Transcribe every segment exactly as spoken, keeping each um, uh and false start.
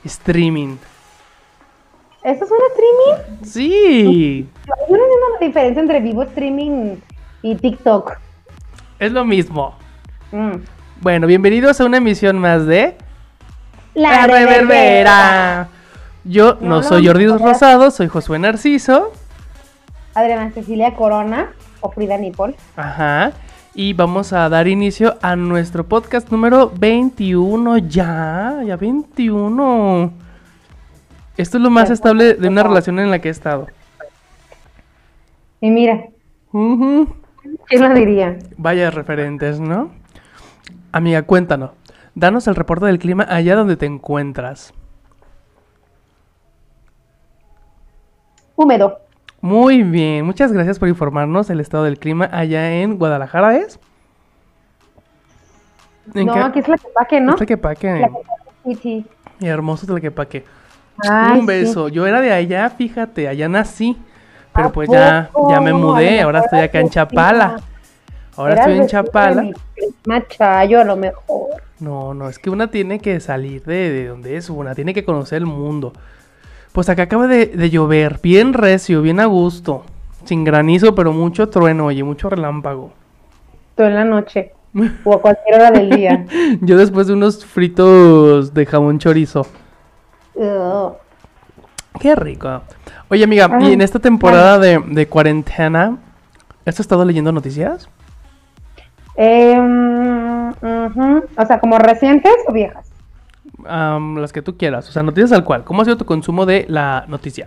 streaming. ¿Eso es un streaming? Sí. Yo no entiendo la diferencia entre vivo streaming y TikTok. Es lo mismo. Mm. Bueno, bienvenidos a una emisión más de... La, La Reverbera. Yo no, No, soy no, Jordi no. Rosado, soy Josué Narciso. Adriana Cecilia Corona o Frida Nipol. Ajá. Y vamos a dar inicio a nuestro podcast número veintiuno. Ya, ya veintiuno. Esto es lo más estable de una relación en la que he estado. Y mira, Ujú. ¿quién lo diría? Vaya referentes, ¿no? Amiga, cuéntanos. Danos el reporte del clima allá donde te encuentras. Húmedo. Muy bien, muchas gracias por informarnos el estado del clima allá en Guadalajara, ¿es? ¿En No, qué? aquí es Tlaquepaque, ¿no? Tlaquepaque. Tlaquepaque City. Hermoso Tlaquepaque. Ay, Un beso. sí. Yo era de allá, fíjate, allá nací. Pero ¿A pues ya, poco? ya me A mudé, lo ahora mejor estoy acá en eras Chapala. vecina. Ahora Eras estoy en vecina de Chapala. mi prima Chayo, a lo mejor. No, no, es que una tiene que salir de, de donde es una, tiene que conocer el mundo. Pues acá acaba de, de llover, bien recio, bien a gusto. Sin granizo, pero mucho trueno, oye, mucho relámpago. Todo en la noche. O a cualquier hora del día. Yo después de unos fritos de jamón chorizo. Ugh. Qué rico. Oye, amiga, Ay, y en esta temporada de, de cuarentena, ¿has estado leyendo noticias? Eh, mm, ujú. O sea, ¿como recientes o viejas? Am, las que tú quieras, o sea, noticias al cual. ¿Cómo ha sido tu consumo de la noticia?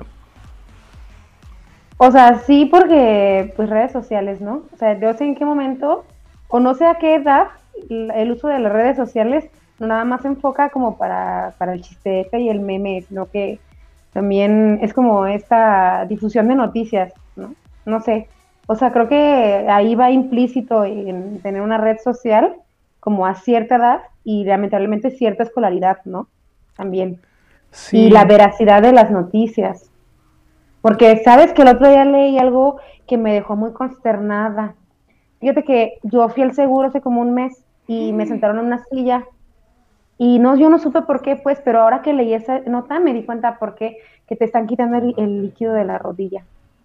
O sea, sí, porque pues redes sociales, ¿no? O sea, yo sé en qué momento, o no sé a qué edad, l- el uso de las redes sociales no nada más se enfoca como para, para el chistete y el meme, sino que también es como esta difusión de noticias, ¿no? No sé. O sea, creo que ahí va implícito en tener una red social como a cierta edad y lamentablemente cierta escolaridad, ¿no? También. Sí. Y la veracidad de las noticias. Porque sabes que el otro día leí algo que me dejó muy consternada. Fíjate que yo fui al seguro hace como un mes y me sentaron en una silla y no, yo no supe por qué, pues, pero ahora que leí esa nota me di cuenta por qué, que te están quitando el, el líquido de la rodilla.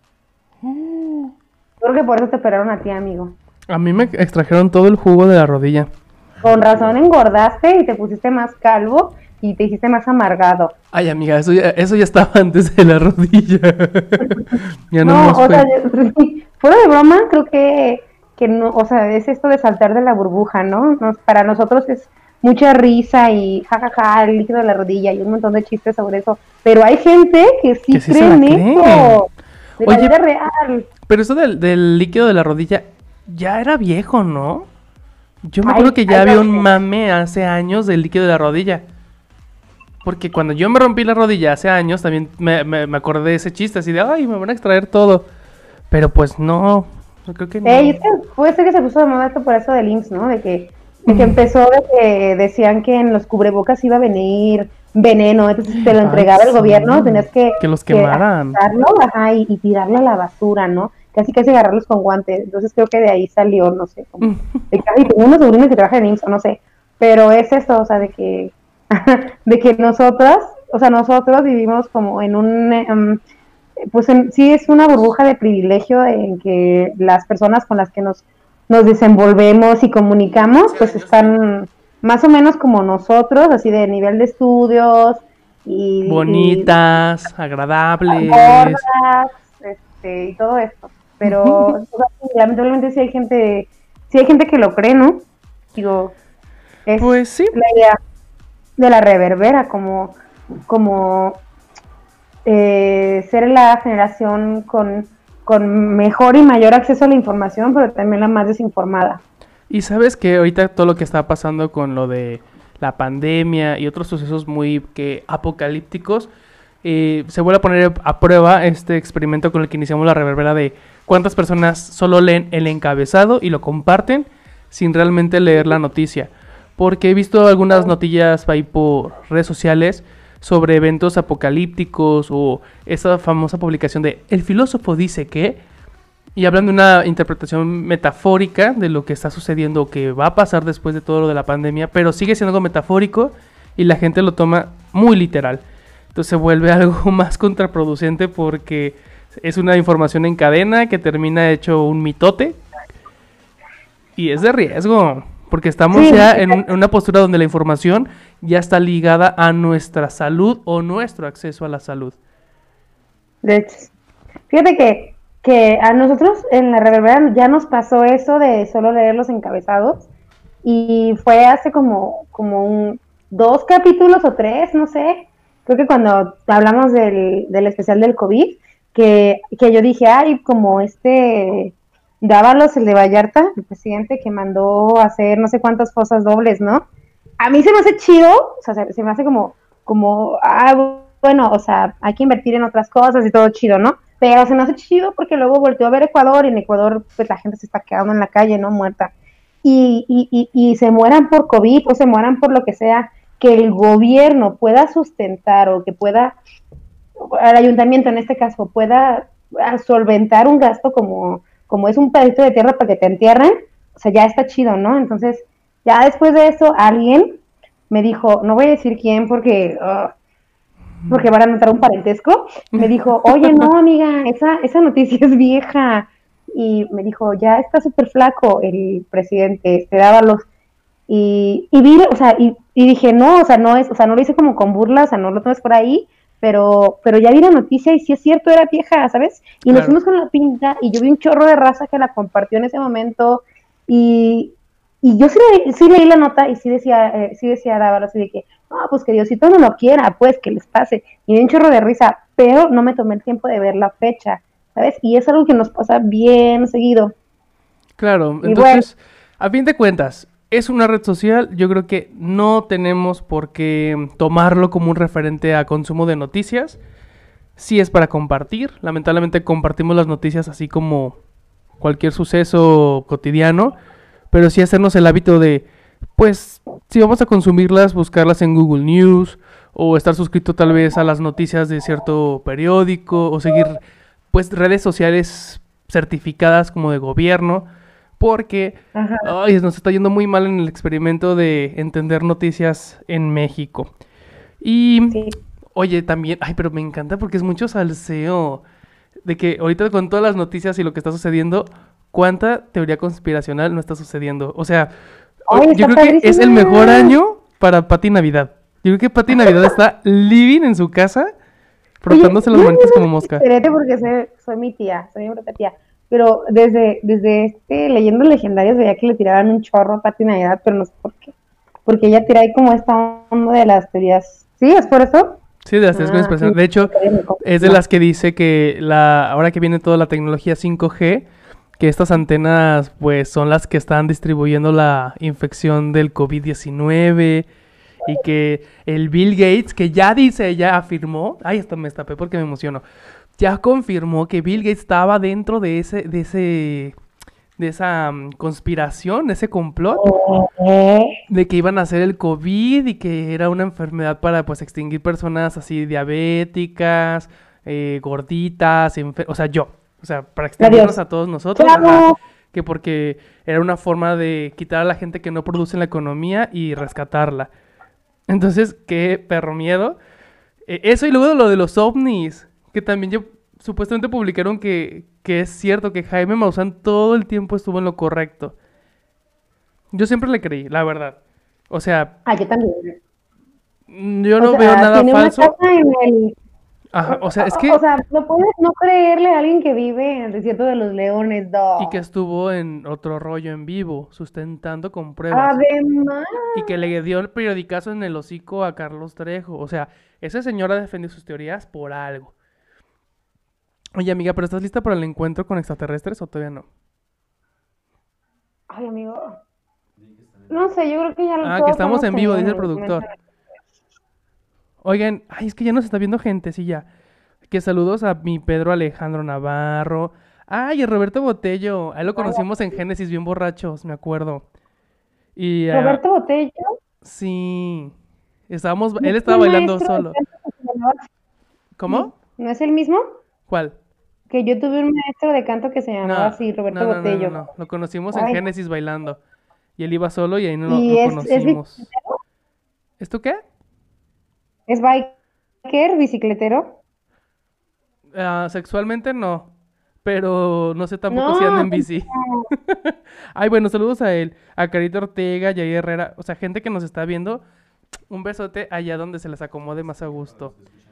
Mm. Creo que por eso te operaron a ti, amigo. A mí me extrajeron todo el jugo de la rodilla. Con razón engordaste y te pusiste más calvo y te hiciste más amargado. Ay, amiga, eso ya, eso ya estaba antes de la rodilla. Ya no, No, más o fue. sea, yo- fuera de broma, creo que, que no, o sea, es esto de saltar de la burbuja, ¿no? Nos- para nosotros es mucha risa y jajaja, el líquido de la rodilla y un montón de chistes sobre eso. Pero hay gente que sí Que sí cree se la en cree. eso, de la Oye, vida real. Pero eso del, del líquido de la rodilla ya era viejo, ¿no? Yo me Ay, acuerdo que ya ay, había no un sé. mame hace años del líquido de la rodilla. Porque cuando yo me rompí la rodilla hace años, también me, me, me acordé de ese chiste, así de, ay, me van a extraer todo. Pero pues no, yo creo que no. Ey, es que puede ser que se puso de moda esto por eso del I M S S, ¿no? De que, de que empezó de que decían que en los cubrebocas iba a venir veneno, entonces te lo Ay, entregaba el sí. gobierno, tenías que, Que los quemaran. agarrarlo, ajá, y, y tirarlo a la basura, ¿no? Casi casi agarrarlos con guantes. Entonces creo que de ahí salió, no sé, como, de que, ay, tengo unos sobrinos que trabajan en I M S S, no sé. Pero es eso, o sea, de que, de que nosotras, o sea, nosotros vivimos como en un, em, pues en, sí es una burbuja de privilegio en que las personas con las que nos, nos desenvolvemos y comunicamos, pues están más o menos como nosotros, así de nivel de estudios y, Bonitas, agradables. y gordas, este, y todo esto. Pero o sea, sí, lamentablemente sí hay gente, sí hay gente que lo cree, ¿no? Digo, es Pues sí. la idea de la reverbera, como, como eh, ser la generación con, con mejor y mayor acceso a la información, pero también la más desinformada. Y sabes que ahorita todo lo que está pasando con lo de la pandemia y otros sucesos muy que apocalípticos, eh, se vuelve a poner a prueba este experimento con el que iniciamos la reverbera de cuántas personas solo leen el encabezado y lo comparten sin realmente leer la noticia. Porque he visto algunas noticias ahí por redes sociales sobre eventos apocalípticos o esa famosa publicación de El filósofo dice que, y hablan de una interpretación metafórica de lo que está sucediendo o que va a pasar después de todo lo de la pandemia, pero sigue siendo algo metafórico y la gente lo toma muy literal. Entonces se vuelve algo más contraproducente porque es una información en cadena que termina hecho un mitote y es de riesgo, porque estamos Sí, ya en, un- en una postura donde la información ya está ligada a nuestra salud o nuestro acceso a la salud. de hecho. Fíjate que, que a nosotros en la reverbera ya nos pasó eso de solo leer los encabezados y fue hace como, como un, dos capítulos o tres, no sé, creo que cuando hablamos del, del especial del COVID, que, que yo dije, ay, como este Dávalos, el de Vallarta, el presidente que mandó a hacer no sé cuántas fosas dobles, ¿no? A mí se me hace chido, o sea, se, se me hace como, como, ah, bueno, o sea, hay que invertir en otras cosas y todo chido, ¿no? Pero se me hace chido porque luego volteó a ver Ecuador y en Ecuador pues la gente se está quedando en la calle, ¿no? Muerta. Y, y, y, y se mueran por COVID o se mueran por lo que sea, que el gobierno pueda sustentar o que pueda, el ayuntamiento en este caso, pueda solventar un gasto como, como es un pedacito de tierra para que te entierren, o sea, ya está chido, ¿no? Entonces, ya después de eso, alguien me dijo, no voy a decir quién porque... Uh, porque van a notar un parentesco, me dijo, oye, no, amiga, esa, esa noticia es vieja. Y me dijo, ya está súper flaco el presidente, este Dávalos. Y, y vi, o sea, y, y dije, no, o sea, no es, o sea, no lo hice como con burla, o sea, no lo tomes por ahí, pero, pero ya vi la noticia y sí es cierto, era vieja, ¿sabes? Y nos Claro. fuimos con la pinta y yo vi un chorro de raza que la compartió en ese momento y, y yo sí, le, sí leí la nota y sí decía, eh, sí decía Dávalos, así de que, no, pues que Diosito no lo quiera, pues que les pase. Y me dio un chorro de risa, pero no me tomé el tiempo de ver la fecha, ¿sabes? Y es algo que nos pasa bien seguido. Claro, Y bueno, entonces, a fin de cuentas, es una red social, yo creo que no tenemos por qué tomarlo como un referente a consumo de noticias. Sí es para compartir, lamentablemente compartimos las noticias así como cualquier suceso cotidiano, pero sí hacernos el hábito de, pues, si vamos a consumirlas, buscarlas en Google News o estar suscrito tal vez a las noticias de cierto periódico o seguir, pues, redes sociales certificadas como de gobierno, porque ajá, ay, nos está yendo muy mal en el experimento de entender noticias en México. Y, sí. oye, también, ay, pero me encanta porque es mucho salseo de que ahorita con todas las noticias y lo que está sucediendo, ¿cuánta teoría conspiracional no está sucediendo? O sea, o- Ay, yo está creo que es el mejor padrísima. año para Pati Navidad. Yo creo que Pati Navidad está living en su casa, Oye, frotándose las yo no manitas como soy mosca. diferente porque soy, soy mi tía, soy mi propia tía. Pero desde, desde este Leyendas Legendarias veía que le tiraban un chorro a Pati Navidad, pero no sé por qué. Porque ella tira ahí como esta onda de las teorías. ¿Sí? ¿Es por eso? Sí, de las teorías Ah, sí. conspiracionales. De hecho, es de las que dice que la ahora que viene toda la tecnología cinco G, que estas antenas pues son las que están distribuyendo la infección del COVID diecinueve y que el Bill Gates, que ya dice, ya afirmó, ay, hasta me estapé porque me emociono, ya confirmó que Bill Gates estaba dentro de ese, de ese, de esa um, conspiración, de ese complot, Eh, de que iban a hacer el COVID y que era una enfermedad para pues extinguir personas así diabéticas, eh, gorditas, enfer- o sea, yo, o sea, para extinguirnos Adiós. a todos nosotros, ajá, Chao. que porque era una forma de quitar a la gente que no produce en la economía y rescatarla. Entonces, qué perro miedo. Eh, eso y luego lo de los ovnis, que también yo supuestamente publicaron que, que es cierto que Jaime Maussan todo el tiempo estuvo en lo correcto. Yo siempre le creí, la verdad. O sea, Ah, yo también. mm, yo O no veo sea, nada tiene una falso. casa en el... Ajá, o sea, es O, o que... sea, no puedes no creerle a alguien que vive en el desierto de los leones, Y que no. estuvo en otro rollo en vivo, sustentando con pruebas. Además, Y que le dio el periodicazo en el hocico a Carlos Trejo. O sea, esa señora defendió sus teorías por algo. Oye, amiga, ¿pero estás lista para el encuentro con extraterrestres o todavía no? ay, amigo, no sé, yo creo que ya Ah, que todos estamos hemos en vivo, tenido en dice el algún momento. productor. Oigan, ay, es que ya nos está viendo gente, sí, ya. Que saludos a mi Pedro Alejandro Navarro. Ay, a Roberto Botello. Ahí lo conocimos en Génesis bien borrachos, me acuerdo. Y ah, Roberto Botello, sí, estábamos, ¿no él es estaba un bailando maestro de solo. canto que se llamaba ¿Cómo? así? ¿No es el mismo? ¿Cuál? Que yo tuve un maestro de canto que se llamaba No, así, no, Roberto no, no, no, Botello. no. Lo conocimos en Ay, Génesis bailando. Y él iba solo y ahí no lo, y lo es, es conocimos. Vicentero, ¿Esto qué? ¿Es biker, bicicletero? Ah, sexualmente no, pero no sé tampoco si anda No, en bici. Ay, bueno, saludos a él, a Carito Ortega, Yair Herrera, o sea, gente que nos está viendo. Un besote allá donde se les acomode más a gusto.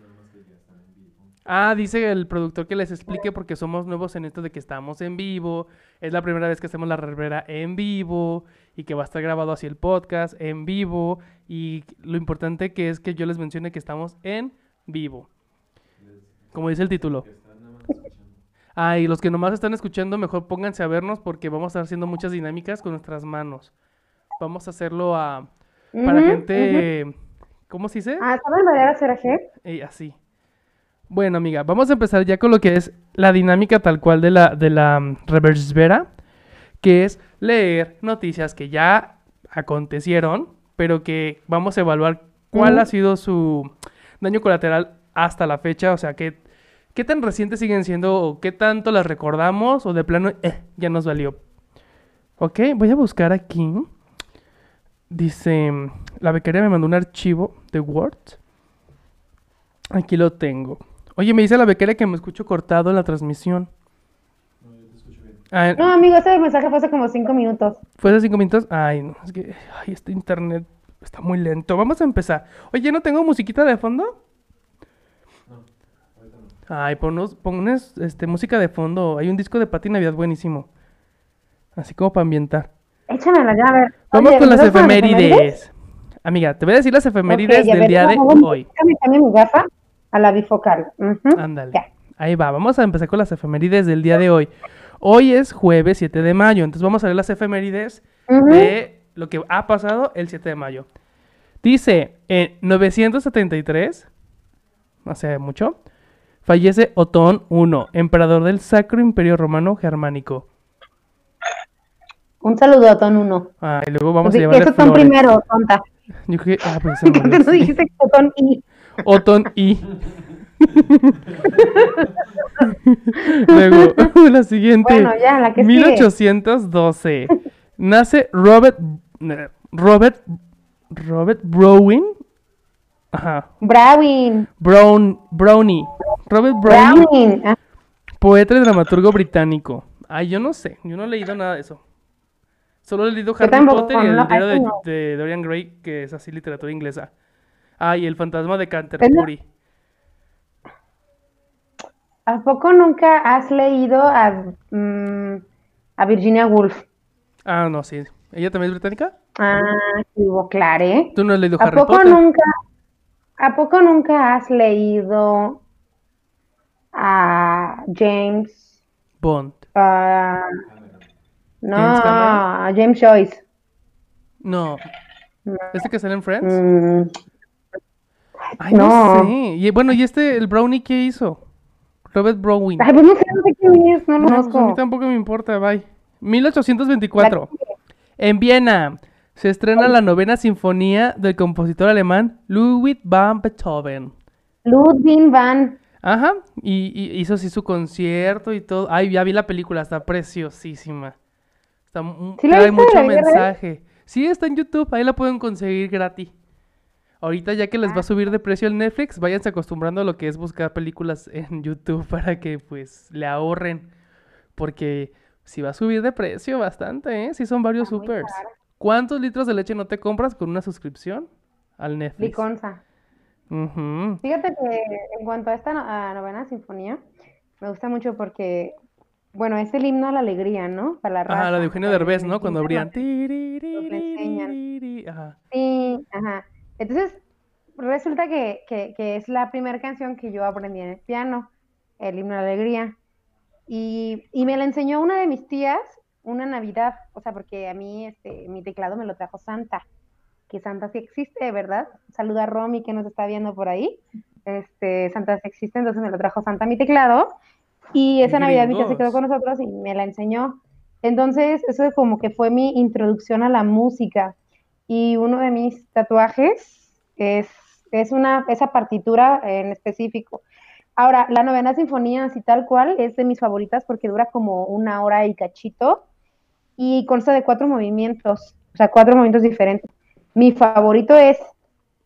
Ah, dice el productor que les explique porque somos nuevos en esto de que estamos en vivo. Es la primera vez que hacemos la reverbera en vivo y que va a estar grabado así el podcast en vivo. Y lo importante que es que yo les mencione que estamos en vivo, como dice el título. Ah, y los que nomás están escuchando, mejor pónganse a vernos porque vamos a estar haciendo muchas dinámicas con nuestras manos. Vamos a hacerlo a, para Ujú, ujú. gente, ¿cómo se dice? Ah, ¿sabes bailar a Seraje? Eh, así. Bueno, amiga, vamos a empezar ya con lo que es la dinámica tal cual de la, de la mm, reversera, que es leer noticias que ya acontecieron, pero que vamos a evaluar cuál ha Ujú. sido su daño colateral hasta la fecha, o sea, qué, qué tan recientes siguen siendo, o qué tanto las recordamos, o de plano, eh, ya nos valió. Ok, voy a buscar aquí. Dice, la becaria me mandó un archivo de Word. Aquí lo tengo. Oye, me dice la becaria que me escucho cortado en la transmisión. Ah, No, amigo, ese mensaje fue hace como cinco minutos. ¿fue hace cinco minutos? Ay, no, es que ay, este internet está muy lento. Vamos a empezar. Oye, ¿no tengo musiquita de fondo? Ay, ponos, pones este, música de fondo. Hay un disco de Pati Navidad buenísimo. Así como para ambientar. Échamela ya, a ver. Vamos Oye, con las ¿empezamos con las efemérides? efemérides. Amiga, te voy a decir las Ok, efemérides a del ver, día de déjame, hoy. déjame cambiar mi gafa a la bifocal. Ujú, Ándale. ya. Ahí va. Vamos a empezar con las efemérides del día de hoy. Hoy es jueves siete de mayo. Entonces vamos a ver las efemérides Ujú. de lo que ha pasado el siete de mayo. Dice, en novecientos setenta y tres, no hace mucho, fallece Otón I, emperador del Sacro Imperio Romano Germánico. Un saludo a Ton uno. Ah, y luego vamos Pues a sí, que llevarle esos son flores. primero, tonta. Yo creo que, ah, pues se murió, Porque no sí. dijiste que son I. Otón I. Luego, la siguiente, Bueno, ya, la que mil sigue. ochocientos doce. Nace Robert, Robert, Robert Browning. Ajá. Browning. Brown, Brownie. Robert Browning, Browning. Ah, poeta y dramaturgo británico. Ay, yo no sé, yo no he leído nada de eso. Solo he leído yo Harry tampoco, Potter y el no, diario eso de, no. de Dorian Gray, que es así literatura inglesa. Ah, y el fantasma de Es la- Canterbury. ¿A poco nunca has leído a, mm, a Virginia Woolf? Ah, no, sí. ¿Ella también es británica? Ah, que hubo clare. ¿Tú no has leído ¿A Harry poco Potter? nunca, a poco nunca has leído a James, Bond. ah, no, ¿James Cameron? a James Joyce? No. ¿Este que sale en Friends? Mm, Ay, no sé. no. Y bueno, ¿y este, el Brownie, qué hizo? Robert Browning. Ay, pues no sé, no sé quién es, no lo No, pues a mí conozco. tampoco me importa, bye. La que mil ochocientos veinticuatro. sigue. En Viena se estrena la novena sinfonía del compositor alemán Ludwig van Beethoven. Ludwig van. Ajá, y, y hizo así su concierto y todo. Ay, ya vi la película, está preciosísima. Está, mu- ¿Sí la trae viste de mucho la vida real? mensaje. Sí, está en YouTube, ahí la pueden conseguir gratis. Ahorita ya que les va a subir de precio el Netflix, váyanse acostumbrando a lo que es buscar películas en YouTube para que pues le ahorren. Porque si va a subir de precio bastante, ¿eh? Sí son varios Está muy supers. cara. ¿Cuántos litros de leche no te compras con una suscripción al Netflix? Liconza. Ujú. Fíjate que en cuanto a esta no- a novena sinfonía, me gusta mucho porque, bueno, es el himno a la alegría, ¿no? Para la Ajá, la de raza. O Eugenio sea, en Derbez, el ¿no? Cuando kinder nos, abrían. nos la enseñan. Tiririririri. Ajá. Sí, ajá. Entonces, resulta que, que, que es la primera canción que yo aprendí en el piano, el himno a la alegría. Y, y me la enseñó una de mis tías una Navidad, o sea, porque a mí este, mi teclado me lo trajo Santa, que Santa sí existe, ¿verdad? Saluda a Romy que nos está viendo por ahí. Este, Santa sí existe, entonces me lo trajo Santa mi teclado. Y Qué esa Navidad mi tía se quedó gringos. con nosotros y me la enseñó. Entonces, eso como que fue mi introducción a la música. Y uno de mis tatuajes es, es una, esa partitura en específico. Ahora, la novena sinfonía, así tal cual, es de mis favoritas porque dura como una hora y cachito y consta de cuatro movimientos, o sea, cuatro movimientos diferentes. Mi favorito es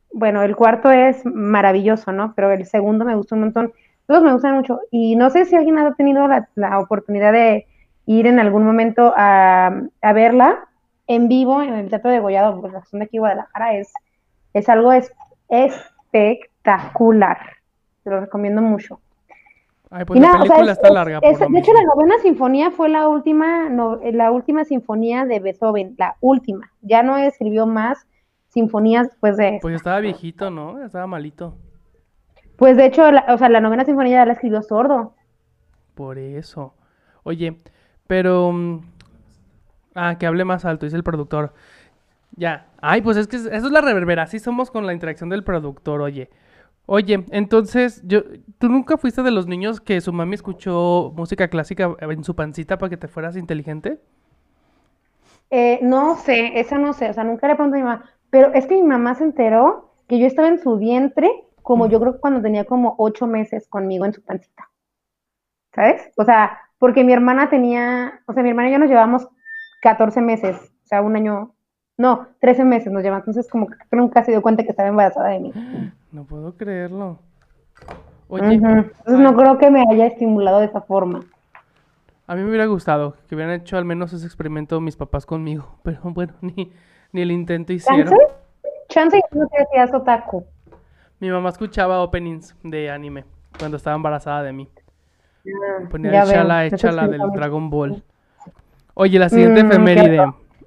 bueno, el cuarto es maravilloso, ¿no? Pero el segundo me gustó un montón. Todos me gustan mucho. Y no sé si alguien ha tenido la, la oportunidad de ir en algún momento a, a verla en vivo en el Teatro de Gollado, por la zona de aquí Guadalajara. Es, es algo es, espectacular. Te lo recomiendo mucho. Ay, pues y la nada, película o sea, es, está larga. Es, por de hecho, la novena sinfonía fue la última, no, la última sinfonía de Beethoven, la última. Ya no escribió más sinfonías después de esta. Pues estaba viejito, ¿no? Estaba malito. Pues de hecho, la, o sea, la novena sinfonía ya la escribió sordo. Por eso. Oye, pero... Ah, que hable más alto, dice el productor. Ya. Ay, pues es que eso es la reverbera. Así somos con la interacción del productor, oye. Oye, entonces, yo, ¿tú nunca fuiste de los niños que su mami escuchó música clásica en su pancita para que te fueras inteligente? Eh, no sé, esa no sé, o sea, nunca le pregunté a mi mamá, pero es que mi mamá se enteró que yo estaba en su vientre, como mm. yo creo que cuando tenía como ocho meses conmigo en su pancita, ¿sabes? O sea, porque mi hermana tenía, o sea, mi hermana y yo nos llevamos catorce meses, o sea, un año, no, trece meses nos llevamos, entonces como que nunca se dio cuenta que estaba embarazada de mí. No puedo creerlo. Oye. Uh-huh. Entonces ay. no creo que me haya estimulado de esa forma. A mí me hubiera gustado que hubieran hecho al menos ese experimento mis papás conmigo, pero bueno, ni, ni el intento hicieron. ¿Chance? Chance no te hacías otaku. Mi mamá escuchaba openings de anime cuando estaba embarazada de mí. Ah, ponía échala, échala del Dragon Ball. Oye, la siguiente mm, efeméride.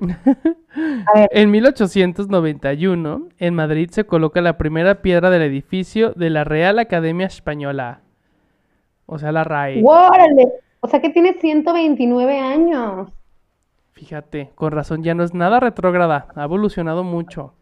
En mil ochocientos noventa y uno, en Madrid se coloca la primera piedra del edificio de la Real Academia Española. O sea, la R A E. ¡Órale! O sea que tiene ciento veintinueve años. Fíjate, con razón ya no es nada retrógrada, ha evolucionado mucho.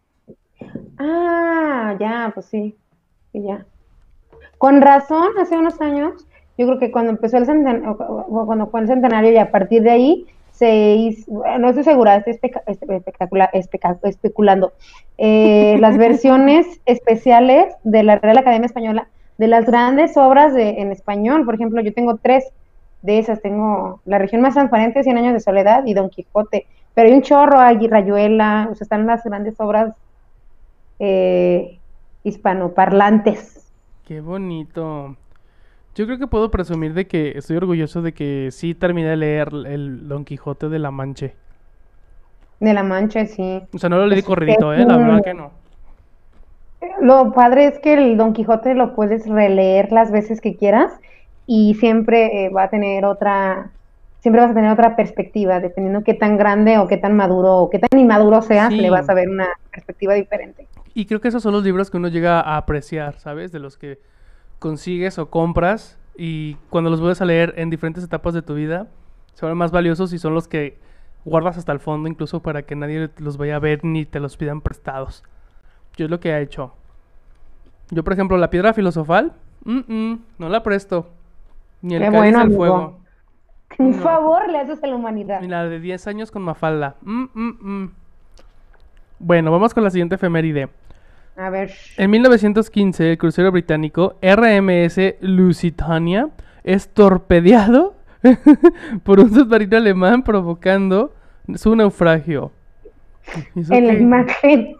Ah, ya, pues sí, sí, ya. Con razón, hace unos años, yo creo que cuando empezó el centenario, o cuando fue el centenario y a partir de ahí se hizo, no estoy segura, estoy especa, espectacular, especa, especulando, eh, las versiones especiales de la Real Academia Española, de las grandes obras de, en español. Por ejemplo, yo tengo tres de esas, tengo La región más transparente, Cien años de soledad y Don Quijote, pero hay un chorro, hay Rayuela, o sea, están las grandes obras eh, hispanoparlantes. Qué bonito. Yo creo que puedo presumir de que estoy orgulloso de que sí terminé de leer el Don Quijote de la Mancha. De la Mancha, sí. O sea, no lo leí corridito, ¿eh? La verdad que no. Lo padre es que el Don Quijote lo puedes releer las veces que quieras y siempre eh, va a tener otra, siempre vas a tener otra perspectiva, dependiendo qué tan grande o qué tan maduro o qué tan inmaduro seas, sí. Le vas a ver una perspectiva diferente. Y creo que esos son los libros que uno llega a apreciar, ¿sabes? De los que consigues o compras y cuando los vuelves a leer en diferentes etapas de tu vida se vuelven más valiosos y son los que guardas hasta el fondo, incluso para que nadie los vaya a ver ni te los pidan prestados. Yo es lo que he hecho. Yo, por ejemplo, la piedra filosofal, mm-mm, no la presto. Ni el Qué cáliz bueno, del amigo. fuego. Un No. favor le haces a la humanidad. Ni la de diez años con Mafalda. Mm, mm, mm. Bueno, vamos con la siguiente efeméride. A ver. En mil novecientos quince, el crucero británico R M S Lusitania es torpedeado por un submarino alemán provocando su naufragio. En la imagen.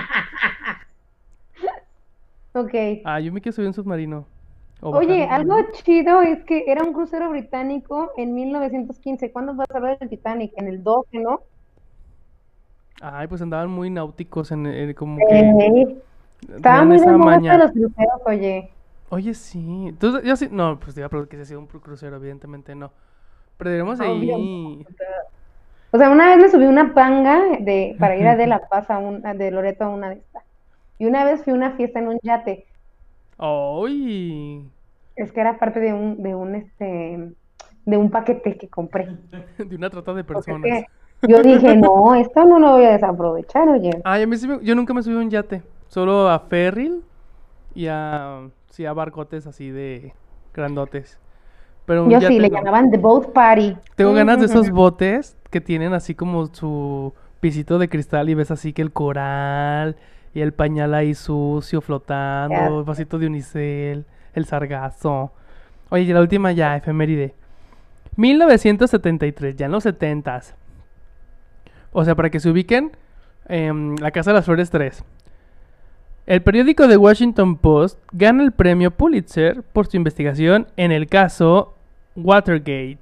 Ok. Ah, yo me quiero subir un submarino. O Oye, bajarlo, algo ¿no? chido es que era un crucero británico en mil novecientos quince. ¿Cuándo vas a ver el Titanic? En el doce, ¿no? Ay, pues andaban muy náuticos en, en como que Eh, estaba tenían muy de esa moda maña. de los cruceros, oye. Oye, sí. Entonces, yo sí. No, pues te iba a preguntar que si ha sido un crucero, evidentemente no. Pero deberíamos de Obvio. ir. O sea, una vez me subí una panga de, para ir a de La Paz, a un, a de Loreto a una de estas. Y una vez fui a una fiesta en un yate. ¡Ay! Es que era parte de un, de un, este, de un paquete que compré. De una trata de O sea personas. que yo dije, no, esto no lo voy a desaprovechar, oye. Ay, a mí sí me- yo nunca me subí a un yate. Solo a ferry y a, sí, a barcotes así de grandotes. Pero un Yo sí, yate le no. llamaban The Boat Party. Tengo ganas de esos Ujú. botes que tienen así como su pisito de cristal y ves así que el coral y el pañal ahí sucio flotando, Ya. el vasito de unicel, el sargazo. Oye, y la última ya, efeméride. mil novecientos setenta y tres, ya en los setentas. O sea, para que se ubiquen, em, La Casa de las Flores tres. El periódico The Washington Post gana el premio Pulitzer por su investigación en el caso Watergate.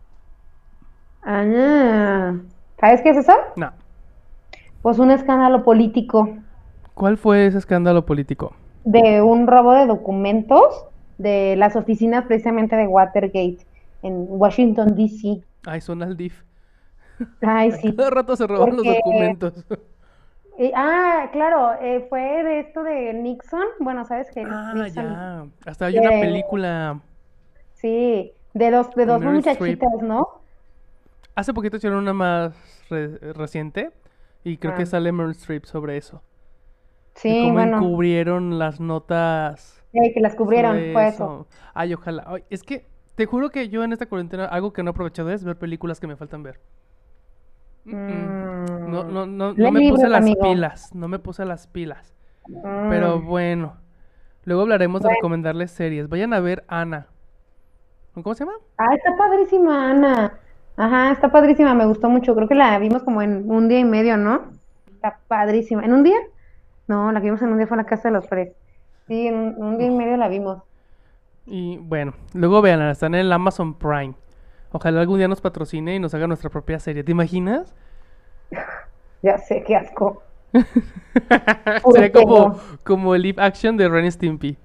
Ah, ¿sabes qué es eso? No. Pues un escándalo político ¿Cuál fue ese escándalo político? de un robo de documentos de las oficinas precisamente de Watergate en Washington, D C. Ay, suena al D I F. Ay, sí. Cada rato se roban los Porque, documentos. eh, ah, claro, eh, fue de esto de Nixon. Bueno, sabes que Ah, Nixon, ya. Hasta hay una eh, película sí, de dos, de con dos Meryl Streep. muchachitas, ¿no? Hace poquito hicieron una más re- reciente y creo que Ah, sale Meryl Streep sobre eso. De sí, cómo bueno, encubrieron las notas eh, que las cubrieron, sobre fue eso. eso. Ay, ojalá. Ay, es que te juro que yo en esta cuarentena algo que no he aprovechado es ver películas que me faltan ver. Mm, mm. No, Mm, no, no, no lee me puse libros, las amigo. pilas. No me puse las pilas. Pero Mm, bueno. Luego hablaremos de bueno. recomendarles series. Vayan a ver Ana. ¿Cómo se llama? Ah, está padrísima, Ana. Ajá, está padrísima, me gustó mucho. Creo que la vimos como en un día y medio, ¿no? Está padrísima. ¿En un día? No, la que vimos en un día fue en la casa de los Fred. Sí, en un, un día y medio la vimos. Y bueno, luego vean, están en el Amazon Prime. Ojalá algún día nos patrocine y nos haga nuestra propia serie. ¿Te imaginas? Ya sé, qué asco. Puro Sería como, pedo. como el live action de Ren y Stimpy.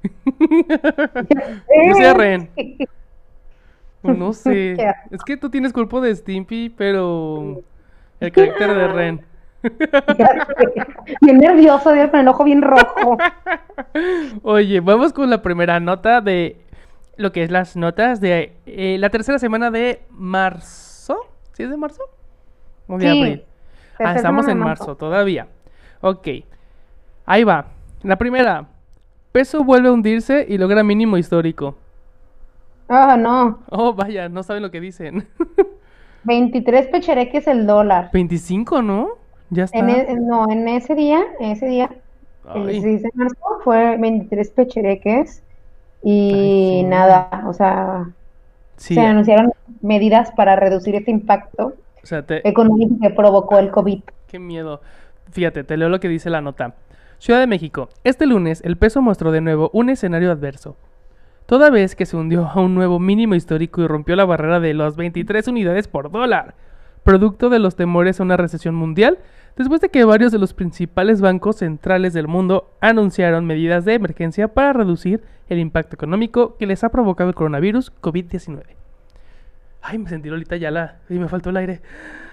Yo soy Eh, Ren. O no sé. qué asco. Es que tú tienes cuerpo de Stimpy, pero el carácter de Ren. Ya sé. Bien nervioso, Dios, con el ojo bien rojo. Oye, vamos con la primera nota de lo que es las notas de eh, la tercera semana de marzo. ¿Sí es de marzo? ¿O de Sí, abril? Ah, tercera estamos semana en de marzo marzo. todavía. Ok, ahí va. La primera. Peso vuelve a hundirse y logra mínimo histórico. Ah, no. Oh, vaya, no saben lo que dicen. veintitrés pechereques el dólar. veinticinco, ¿no? Ya En está. e- no, en ese día, ese día, el Ay, dieciséis de marzo, fue veintitrés pechereques ay, y sí. nada, o sea, se Sí, eh, anunciaron medidas para reducir este impacto o sea, te... económico que provocó el COVID. qué miedo. Fíjate, te leo lo que dice la nota. Ciudad de México. Este lunes, el peso mostró de nuevo un escenario adverso. Toda vez que se hundió a un nuevo mínimo histórico y rompió la barrera de las veintitrés unidades por dólar, producto de los temores a una recesión mundial, después de que varios de los principales bancos centrales del mundo anunciaron medidas de emergencia para reducir el impacto económico que les ha provocado el coronavirus COVID diecinueve. Ay, me sentí Lolita Ayala y me faltó el aire.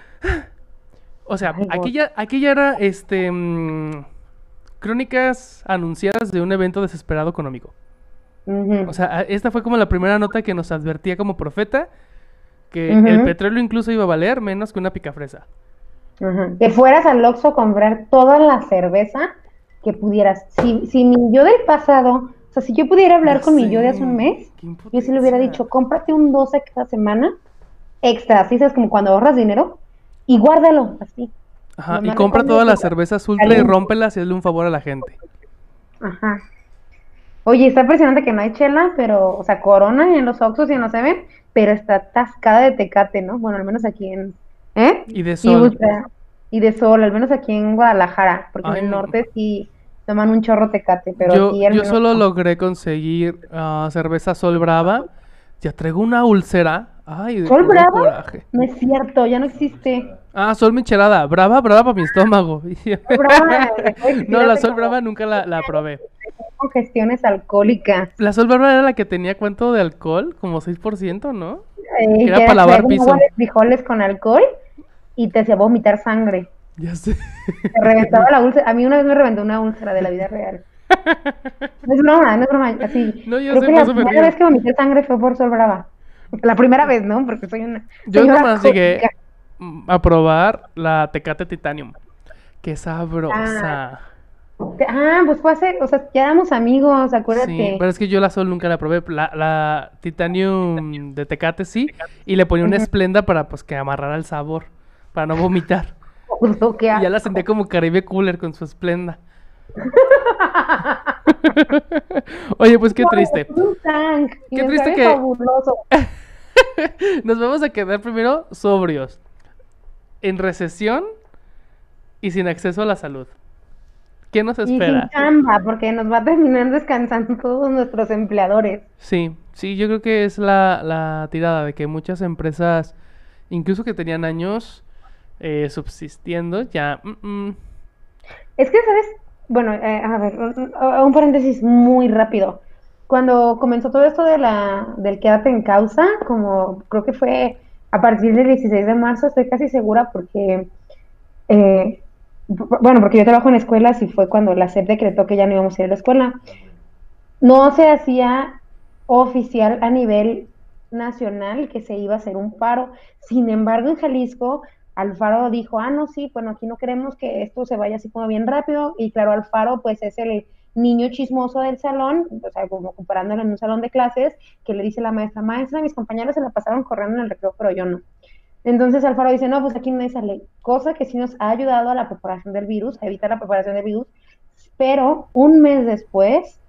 O sea, Ay, aquí God. ya, aquí ya era este mm, crónicas anunciadas de un evento desesperado económico. O Ujú, sea, a- esta fue como la primera nota que nos advertía como profeta que el ujú, petróleo incluso iba a valer menos que una picafresa. ujú. Que fueras al Oxxo a comprar toda la cerveza que pudieras. Si, si mi yo del pasado, o sea, si yo pudiera hablar Ya con mi yo de hace un sé, mes, qué yo sí le hubiera impotencia. dicho, cómprate un doce cada semana extra, así es como cuando ahorras dinero y guárdalo así. Ajá, Lo y más compra recuerdo todas que las cervezas ultra y caliente. rómpelas y hazle un favor a la gente. Ajá. Oye, está impresionante que no hay chela, pero, o sea, Corona en los Oxxos y en los Seven, pero está atascada de Tecate, ¿no? Bueno, al menos aquí en, ¿eh? Y de Y sol. Ultra, y de Sol, al menos aquí en Guadalajara, porque en Ay, el no. norte sí toman un chorro Tecate, pero Yo, aquí al yo menos solo no. logré conseguir ah, cerveza Sol Brava. Ya traigo una úlcera. Ay, de ¿Sol puro Brava? coraje. No es cierto, ya no existe. Ah, Sol Michelada. Brava, brava para mi estómago. Sol Brava dejó de existir No, la hace Sol como Brava nunca la, la probé. congestiones alcohólicas, La Sol Brava era la que tenía cuánto de alcohol, como seis por ciento, ¿no? Que eh, era que para era lavar traer un agua piso. de frijoles con alcohol y te hacía vomitar sangre. Ya sé. Te reventaba la úlcera. A mí una vez me reventó una úlcera de la vida real. No es broma, no es broma. Así, No, yo creo sé, que por la eso me primera río. vez que vomité sangre fue por Sol Brava. La primera vez, ¿no? Porque soy una Yo señora nomás llegué alcohólica. mm, a probar la Tecate Titanium. Qué Ah, sabrosa. te- ah, pues fue hace, o sea, ya éramos amigos, Sí, acuérdate. pero es que yo la Sol nunca la probé. La, la Titanium de Tecate sí. Y le ponía una Ujú. esplenda para pues que amarrara el sabor. Para no vomitar. Justo, qué Y ya la asco. sentía como Caribe Cooler con su esplenda. Oye, pues qué No, triste. es un tank y Qué me triste sabe que fabuloso. nos vamos a quedar primero sobrios, en recesión y sin acceso a la salud. ¿Qué nos Y sin espera? chamba, porque nos va a terminar descansando todos nuestros empleadores. Sí, sí, yo creo que es la, la tirada de que muchas empresas, incluso que tenían años eh, subsistiendo, ya... mm, mm, Es que, ¿sabes? Bueno, eh, a ver, un, un paréntesis muy rápido. Cuando comenzó todo esto de la, del quédate en causa, como creo que fue a partir del dieciséis de marzo, estoy casi segura porque, eh, bu- bueno, porque yo trabajo en escuelas y fue cuando la SEP decretó que ya no íbamos a ir a la escuela. No se hacía oficial a nivel nacional que se iba a hacer un paro. Sin embargo, en Jalisco, Alfaro dijo, ah, no, sí, bueno, aquí no queremos que esto se vaya así como bien rápido. Y claro, Alfaro pues es el niño chismoso del salón, o sea, como comparándolo en un salón de clases, que le dice la maestra, maestra, mis compañeros se la pasaron corriendo en el recreo, pero yo no. Entonces Alfaro dice, no, pues aquí no hay esa ley, cosa que sí nos ha ayudado a la propagación del virus, a evitar la propagación del virus, pero un mes después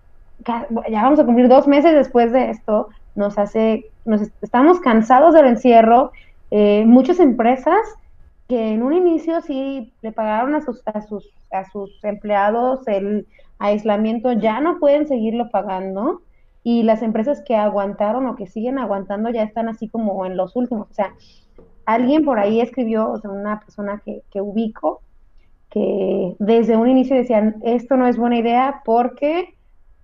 ya vamos a cumplir dos meses después de esto, nos hace, nos estamos cansados del encierro, eh, muchas empresas que en un inicio sí le pagaron a sus, a sus, a sus empleados el aislamiento, ya no pueden seguirlo pagando, y las empresas que aguantaron o que siguen aguantando ya están así como en los últimos, o sea, alguien por ahí escribió, o sea, una persona que, que ubico, que desde un inicio decían, esto no es buena idea porque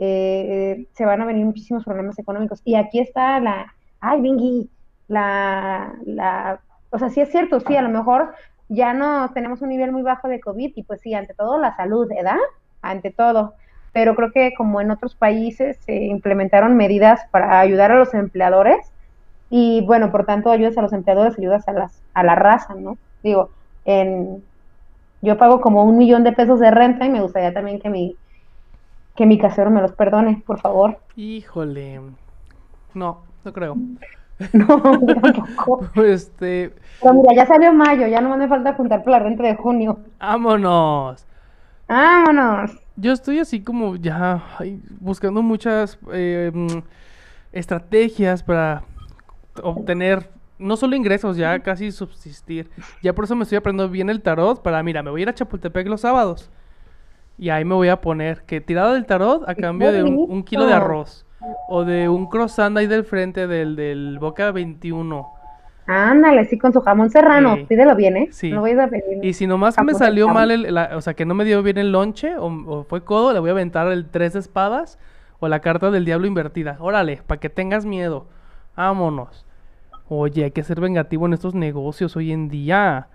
eh, se van a venir muchísimos problemas económicos. Y aquí está la, ay, Bingy, la, la, o sea, sí es cierto, sí, a lo mejor ya no tenemos un nivel muy bajo de COVID y pues sí, ante todo la salud, ¿verdad? Ante todo. Pero creo que como en otros países se implementaron medidas para ayudar a los empleadores y bueno, por tanto ayudas a los empleadores, ayudas a, las, a la raza, ¿no? Digo, en, yo pago como un millón de pesos de renta y me gustaría también que mi, que mi casero me los perdone, por favor. híjole, no, no creo. No, yo tampoco. Este, Pero mira, ya salió mayo, ya no me falta juntar para la renta de junio. vámonos. Vámonos. Yo estoy así como ya ay, buscando muchas eh, mm, estrategias para obtener no solo ingresos, ya casi subsistir. Ya por eso me estoy aprendiendo bien el tarot para, mira, me voy a ir a Chapultepec los sábados. Y ahí me voy a poner que tirada del tarot a cambio de un, un kilo de arroz. O de un croissant ahí del frente del, del Boca veintiuno. Ándale, sí, con su jamón serrano. Eh, Pídelo bien, ¿eh? No sí. voy a pedir Y si nomás me jamón salió serrano. mal, el, la- o sea, que no me dio bien el lonche, o, o fue codo, le voy a aventar el tres de espadas o la carta del diablo invertida. Órale, para que tengas miedo. Vámonos. Oye, hay que ser vengativo en estos negocios hoy en día.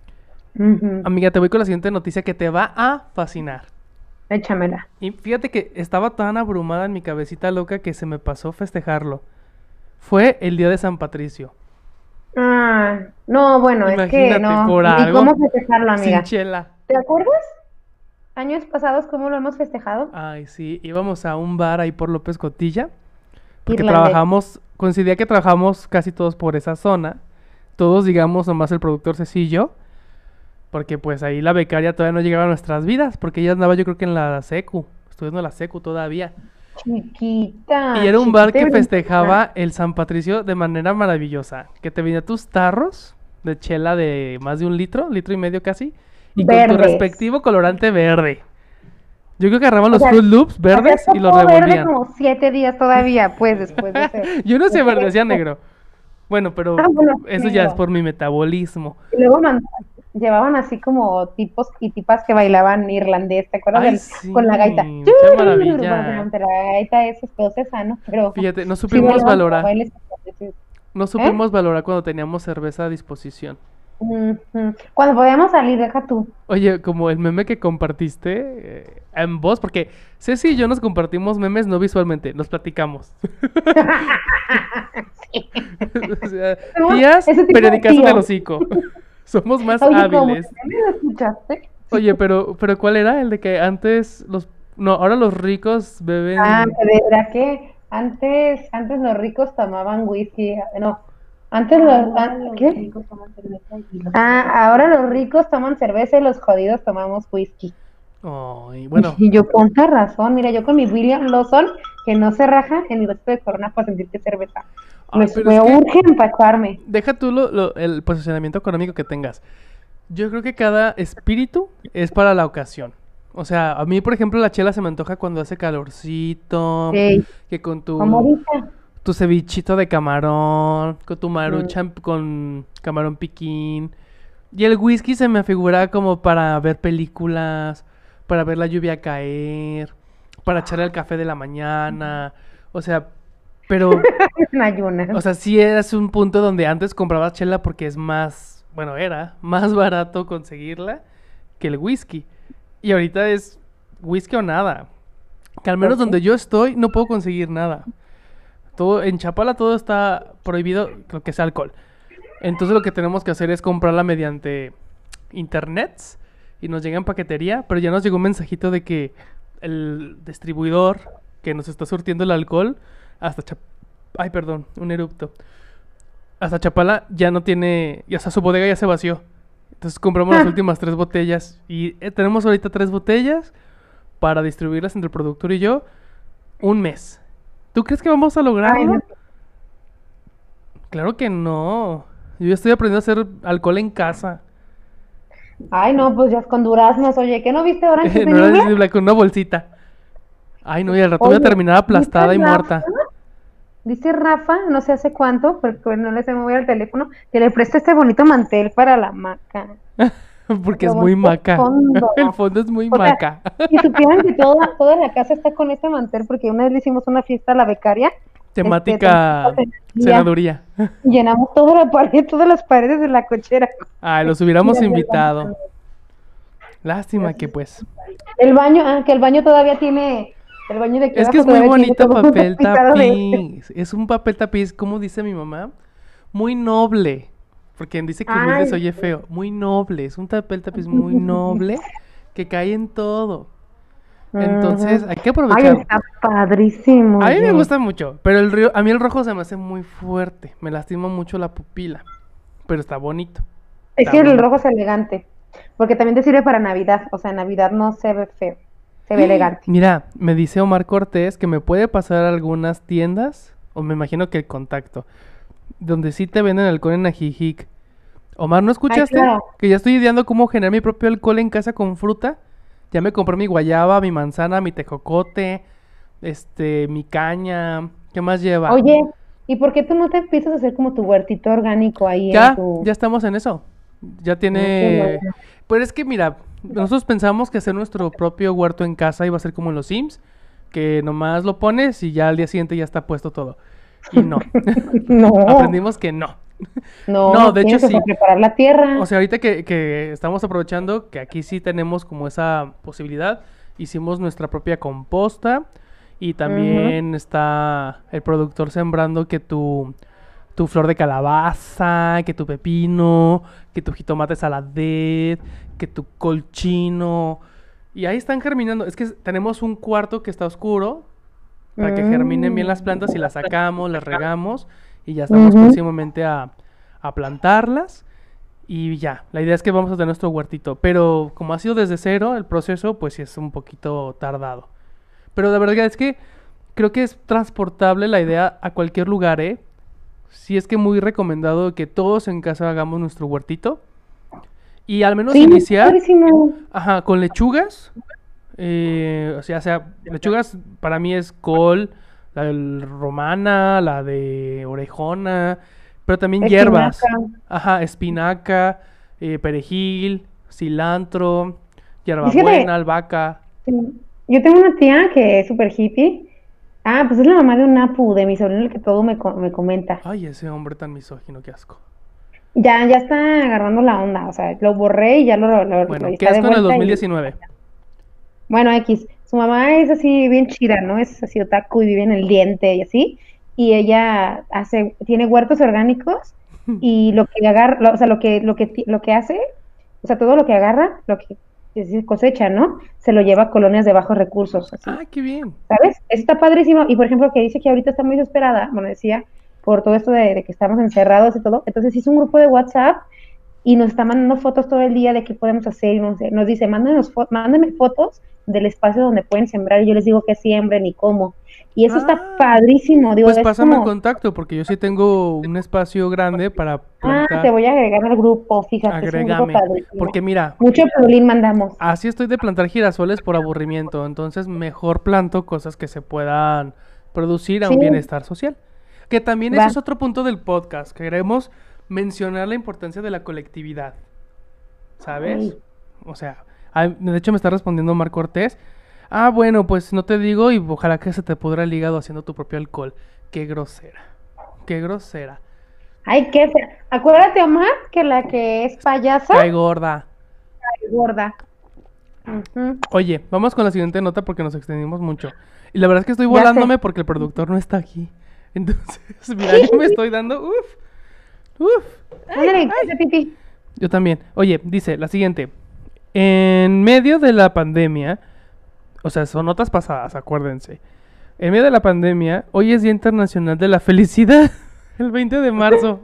Ujú. Amiga, te voy con la siguiente noticia que te va a fascinar. Échamela. Y fíjate que estaba tan abrumada en mi cabecita loca que se me pasó festejarlo. Fue el día de San Patricio. Ah, no, bueno, es que Imagínate, no. por ¿Y cómo algo, festejarlo, sin amiga? chela. ¿Te acuerdas? Años pasados, ¿cómo lo hemos festejado? Ay, sí, íbamos a un bar ahí por López Cotilla. Porque Irlandés. trabajamos, coincidía que trabajamos casi todos por esa zona. Todos, digamos, nomás el productor Cecillo. Porque pues ahí la becaria todavía no llegaba a nuestras vidas. Porque ella andaba yo creo que en la secu. Estudiando la secu todavía. Chiquita. Y era un bar chiquita y que bien festejaba el San Patricio de manera maravillosa. Que te venía tus tarros de chela de más de un litro, litro y medio casi. Y con tu Verdes. respectivo colorante verde. Yo creo que agarraban O los sea, Fruit Loops verdes Había y los tocado verde revolvían. como siete días todavía, pues, después de ese. Yo no sé de verde, ese- decía negro. Bueno, pero Ah, bueno, eso ya es negro. por mi metabolismo. Y luego man- llevaban así como tipos y tipas que bailaban irlandés, ¿te acuerdas? Ay, Del- sí, con la gaita. qué Bueno, maravilla. pero la gaita es escocesa, ¿no? Pero Fíjate, no sí supimos bailaban como valorar. bailes escoceses. No supimos valorar cuando teníamos cerveza a disposición. Ujú. Cuando podíamos salir, deja tú. Oye, como el meme que compartiste eh, en voz, porque Ceci y yo nos compartimos memes no visualmente, nos platicamos. O sea, Somos tías, ese tipo de periodicazo en el tíos. hocico. Somos más Oye, ¿cómo? hábiles. ¿También lo escuchaste? Oye, pero, pero ¿cuál era? El de que antes los... No, ahora los ricos beben... Ah, que era que antes, antes los ricos tomaban whisky, no, antes los, ah, ¿qué? Ah, ahora los ricos toman cerveza y los jodidos tomamos whisky. Ay, bueno, Y yo, con razón, mira, yo con mi William Lawson, que no se raja en mi resto de corona para sentir que es cerveza. ay, Me, pero me es que urge empacharme. deja tú lo- lo- el posicionamiento económico que tengas. Yo creo que cada espíritu es para la ocasión. O sea, a mí, por ejemplo, la chela se me antoja cuando hace calorcito, Sí, que con como tu, ahorita. tu cevichito de camarón, con tu Mm. maruchan con camarón piquín. Y el whisky se me figura como para ver películas, para ver la lluvia caer, para echarle el café de la mañana. O sea, pero, En ayunas. o sea, sí es un punto donde antes comprabas chela porque es más, bueno, era más barato conseguirla que el whisky. Y ahorita es whisky o nada. Que al Pues menos sí. donde yo estoy no puedo conseguir nada. Todo, en Chapala todo está prohibido lo que sea alcohol. Entonces lo que tenemos que hacer es comprarla mediante internet y nos llega en paquetería, pero ya nos llegó un mensajito de que el distribuidor que nos está surtiendo el alcohol hasta Chap- ay, perdón, un erupto. Hasta Chapala ya no tiene, ya sea, su bodega ya se vació. Entonces compramos las Ah, últimas tres botellas y eh, tenemos ahorita tres botellas para distribuirlas entre el productor y yo un mes. ¿Tú crees que vamos a ay, no. lograrlo? Claro que no. Yo ya estoy aprendiendo a hacer alcohol en casa. Ay, no, pues ya con duraznos. Oye, ¿qué no viste Orange is the No New era Black? visible con una bolsita. Ay, no, y al rato voy a Oye, terminar ¿viste aplastada y Rafa? muerta. Dice Rafa, no sé hace cuánto, porque no le sé mover el teléfono, que le presta este bonito mantel para la hamaca. Porque es Lo muy bonito maca. fondo. El fondo es muy O sea, maca. si supieran que toda, toda la casa está con este mantel, porque una vez le hicimos una fiesta a la becaria, este, Temática día, senaduría. llenamos toda la pared, todas las paredes de la cochera. Ay, los hubiéramos Desde el baño invitado. también. Lástima que pues. El baño, ah, que el baño todavía tiene, el baño de aquí Es que abajo es muy todavía tiene bonito todo papel tapizado de... tapiz. Es un papel tapiz, como dice mi mamá, muy noble. Porque dice que humilde se Ay, oye feo. Muy noble. Es un papel tapiz muy noble que cae en todo. Entonces, ujú. hay que Ay, aprovechar. está padrísimo, A mí me oye. gusta mucho, pero el río, a mí el rojo se me hace muy fuerte. Me lastima mucho la pupila. Pero está bonito. Es Está que el rojo es bonito. elegante, porque también te sirve para Navidad, o sea, Navidad no se ve feo, se ve elegante. Mira, me dice Omar Cortés que me puede pasar a algunas tiendas, o me imagino que el contacto, donde sí te venden alcohol en Ajijic. Omar, ¿no Ay, escuchaste? claro. Que ya estoy ideando cómo generar mi propio alcohol en casa con fruta. Ya me compré mi guayaba, mi manzana, mi tejocote, este, mi caña. ¿Qué más lleva? Oye, ¿y por qué tú no te empiezas a hacer como tu huertito orgánico ahí en Ya, tu... ya estamos en eso. Ya Ah, qué tiene... bueno. Pero es que mira, nosotros pensamos que hacer nuestro propio huerto en casa iba a ser como en los Sims, que nomás lo pones y ya al día siguiente ya está puesto todo. Y no, No, aprendimos que no. No, no, de hecho tienes que sí. preparar la O tierra. sea, ahorita que, que estamos aprovechando que aquí sí tenemos como esa posibilidad, hicimos nuestra propia composta y Ujú. también está el productor sembrando que tu, tu flor de calabaza, que tu pepino, que tu jitomate saladet, que tu colchino. Y ahí están germinando. Es que tenemos un cuarto que está oscuro para que germinen bien las Mm. plantas y las sacamos, las regamos y ya estamos Ujú. próximamente a, a plantarlas. Y ya, la idea es que vamos a tener nuestro huertito. Pero como ha sido desde cero el proceso, pues sí es un poquito tardado. Pero la verdad es que creo que es transportable la idea a cualquier lugar, ¿eh? Sí es que muy recomendado que todos en casa hagamos nuestro huertito. Y al menos Sí, está iniciar, padrísimo. ajá, con lechugas. Eh, o sea, sea, lechugas para mí es col, la del romana, la de orejona, pero también Espinaca. hierbas. Ajá, espinaca, eh, perejil, cilantro, Y fíjate, hierbabuena, albahaca. sí, yo tengo una tía que es súper hippie. Ah, pues es la mamá de un Apu, de mi sobrino, el que todo me, co- me comenta. Ay, ese hombre tan misógino, qué asco. Ya, ya está agarrando la onda, o sea, lo borré y ya lo, lo- lo- Bueno, qué está de asco en el vuelta y dos mil diecinueve. bueno, X, su mamá es así bien chida, ¿no? Es así otaku y vive en el diente y así, y ella hace, tiene huertos orgánicos y lo que agarra, lo- o sea, lo que, lo que, ti- lo que hace, o sea, todo lo que agarra, lo que es decir, cosecha, ¿no? Se lo lleva a colonias de bajos recursos, así. Ah, qué bien. ¿Sabes? Eso está padrísimo. Y por ejemplo, que dice que ahorita está muy desesperada, bueno, decía, por todo esto de, de que estamos encerrados y todo. Entonces hizo un grupo de WhatsApp y nos está mandando fotos todo el día de qué podemos hacer. Y nos, nos dice, mándenos fo mándenme fotos del espacio donde pueden sembrar. Y yo les digo que siembren y cómo. Y eso Ah, está padrísimo, digo, pues es pásame el como, contacto porque yo sí tengo un espacio grande para ah, plantar. te voy a agregar al grupo, fíjate, es un grupo Agrégame. padrísimo. Porque mira, Mucho piolín mandamos. así estoy de plantar girasoles por aburrimiento. Entonces mejor planto cosas que se puedan producir a Sí, un bienestar social. Que también eso va. es otro punto del podcast. Queremos mencionar la importancia de la colectividad. ¿Sabes? Ay, O sea, ah, de hecho me está respondiendo Mar Cortés. Ah, bueno, pues no te digo y ojalá que se te pudra el hígado haciendo tu propio alcohol. Qué grosera. Qué grosera. ay, qué fea. Acuérdate, Omar, que la que es payasa Cae gorda. es gorda. Ujú. Oye, vamos con la siguiente nota porque nos extendimos mucho. Y la verdad es que estoy Ya sé. volándome porque el productor no está aquí. Entonces, mira, yo me estoy dando... Uf, uf. Ándale, que hace pipí. Yo también. Oye, dice la siguiente. En medio de la pandemia, o sea, son notas pasadas, acuérdense. En medio de la pandemia, hoy es Día Internacional de la Felicidad. El veinte de marzo.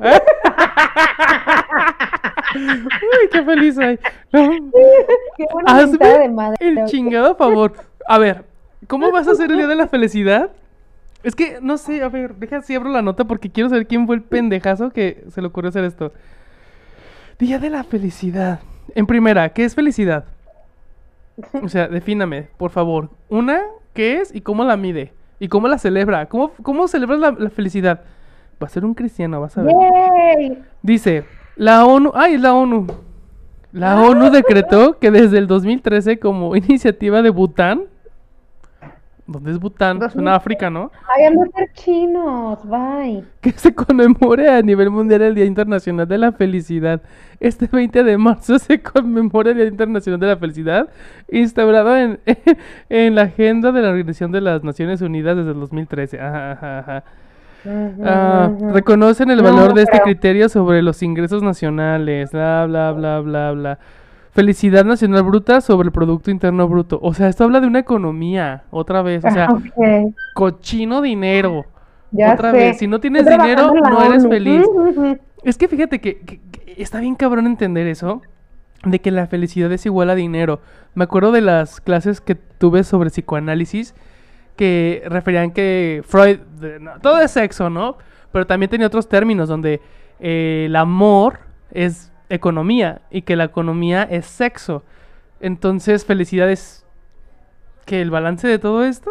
Uy, qué feliz soy. No. Qué buena Hazme mentada de madre. el chingado favor. A ver, ¿cómo vas a hacer el Día de la Felicidad? Es que, no sé, a ver, deja si abro la nota porque quiero saber quién fue el pendejazo que se le ocurrió hacer esto. Día de la Felicidad. En primera, ¿qué es felicidad? O sea, defíname, por favor. Una, ¿qué es y cómo la mide? ¿Y cómo la celebra? ¿Cómo, cómo celebras la, la felicidad? Va a ser un cristiano, vas a ver. Yay. Dice, la ONU... ¡Ay, la ONU! La ONU decretó que desde el dos mil trece como iniciativa de Bután... ¿Dónde es Bután? dos mil Suena a África, ¿no? Ay, ando a ser chinos, bye. Que se conmemore a nivel mundial el Día Internacional de la Felicidad. Este veinte de marzo se conmemora el Día Internacional de la Felicidad, instaurado en, en la agenda de la Organización de las Naciones Unidas desde el dos mil trece. Ajá, ajá, ajá. Ujú, Ah, ujú. reconocen el No, valor de este pero- criterio sobre los ingresos nacionales, bla, bla, bla, bla, bla. Felicidad nacional bruta sobre el Producto Interno Bruto. O sea, esto habla de una economía, otra vez. O sea, Ok, cochino dinero. ya Otra sé. vez, si no tienes Estoy dinero, trabajando en la no eres ONU. feliz. Ujú, ujú. Es que fíjate que, que- que está bien cabrón entender eso, de que la felicidad es igual a dinero. Me acuerdo de las clases que tuve sobre psicoanálisis, que referían que Freud, de- no, todo es sexo, ¿no? Pero también tenía otros términos donde eh, el amor es economía y que la economía es sexo. Entonces, felicidad es que el balance de todo esto.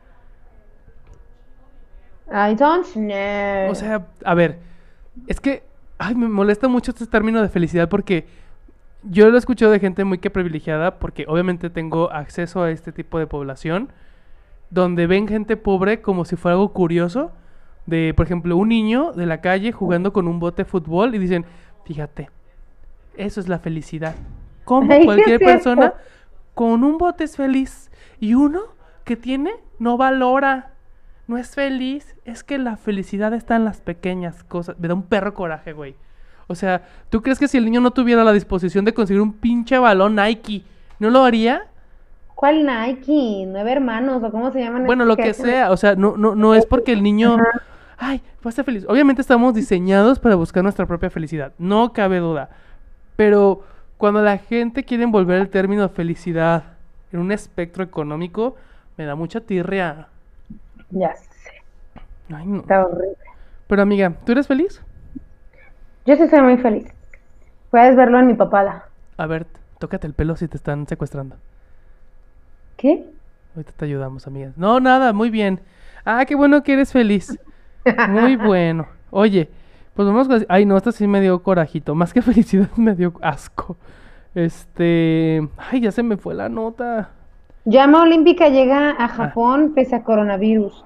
I don't know. O sea, a ver, es que ay, me molesta mucho este término de felicidad porque yo lo he escuchado de gente muy que privilegiada porque obviamente tengo acceso a este tipo de población donde ven gente pobre como si fuera algo curioso de, por ejemplo, un niño de la calle jugando con un bote de fútbol y dicen, fíjate, eso es la felicidad. Como Ay, sí cualquier es cierto. persona con un bote es feliz y uno que tiene no valora, no es feliz. Es que la felicidad está en las pequeñas cosas. Me da un perro coraje, güey. O sea, ¿tú crees que si el niño no tuviera la disposición de conseguir un pinche balón Nike, no lo haría? ¿Cuál Nike? Nueve hermanos, o cómo se llaman Bueno, estos lo que hacen- sea. O sea, no, no, no es porque el niño... Ajá. Ay, va a ser feliz. Obviamente estamos diseñados para buscar nuestra propia felicidad. No cabe duda. Pero cuando la gente quiere envolver el término felicidad en un espectro económico, me da mucha tirria. Ya sé, Ay, no. está horrible. Pero amiga, ¿tú eres feliz? Yo sí soy muy feliz. Puedes verlo en mi papada. A ver, tócate el pelo si te están secuestrando. ¿Qué? Ahorita te ayudamos, amigas. No, nada, muy bien. Ah, qué bueno que eres feliz. Muy bueno. Oye, pues vamos con... Ay, no, esta sí me dio corajito. Más que felicidad, me dio asco. Este... Ay, ya se me fue la nota. Llama olímpica llega a Japón pese a coronavirus.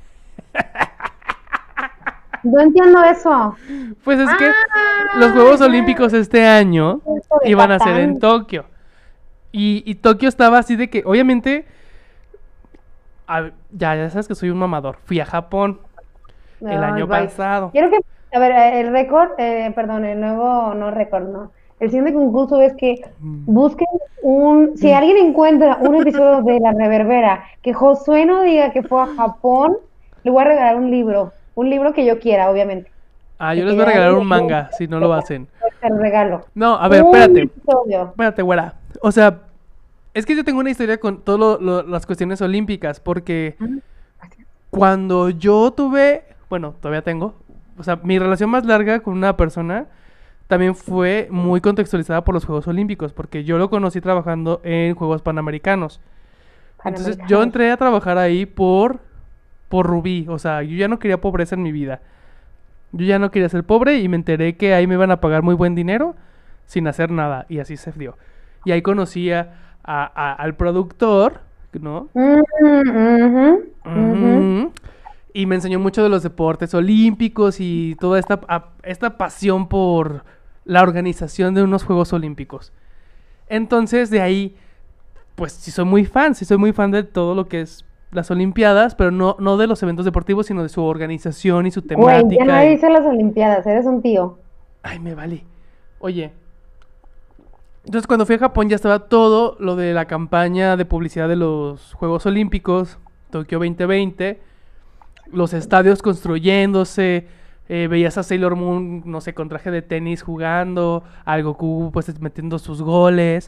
No entiendo eso. Pues es que Ah, los Juegos ya. Olímpicos este año Eso de iban a ser Catán. en Tokio. Y, y Tokio estaba así de que, obviamente... a- ya, ya sabes que soy un mamador. Fui a Japón el Ay, año bye. pasado. Quiero que, a ver, eh, el récord, eh, perdón, el nuevo, no récord, no. El siguiente concurso es que Mm. busquen un, si alguien encuentra un episodio de La Reverbera, que Josué no diga que fue a Japón, le voy a regalar un libro, un libro que yo quiera, obviamente. Ah, yo que les voy a ya regalar leí. un manga si no lo hacen. Te lo regalo. No, a ver, Un espérate. episodio. Espérate, güera. O sea, es que yo tengo una historia con todas las cuestiones olímpicas, porque cuando yo tuve, bueno, todavía tengo, o sea, mi relación más larga con una persona también fue muy contextualizada por los Juegos Olímpicos, porque yo lo conocí trabajando en Juegos Panamericanos. Entonces yo entré a trabajar ahí por, por Rubí, o sea, yo ya no quería pobreza en mi vida. Yo ya no quería ser pobre y me enteré que ahí me iban a pagar muy buen dinero sin hacer nada, y así se dio. Y ahí conocí a, a, a, al productor, ¿no? Mm-hmm, mm-hmm. Uh-huh. Y me enseñó mucho de los deportes olímpicos y toda esta, a, esta pasión por la organización de unos Juegos Olímpicos. Entonces, de ahí, pues sí soy muy fan, sí soy muy fan de todo lo que es las Olimpiadas, pero no, no de los eventos deportivos, sino de su organización y su temática. Güey, ya no y... dice las Olimpiadas, eres un tío. Ay, me vale. Oye, entonces cuando fui a Japón ya estaba todo lo de la campaña de publicidad de los Juegos Olímpicos, Tokio veinte veinte, los estadios construyéndose, eh, veías a Sailor Moon, no sé, con traje de tenis jugando, al Goku pues metiendo sus goles,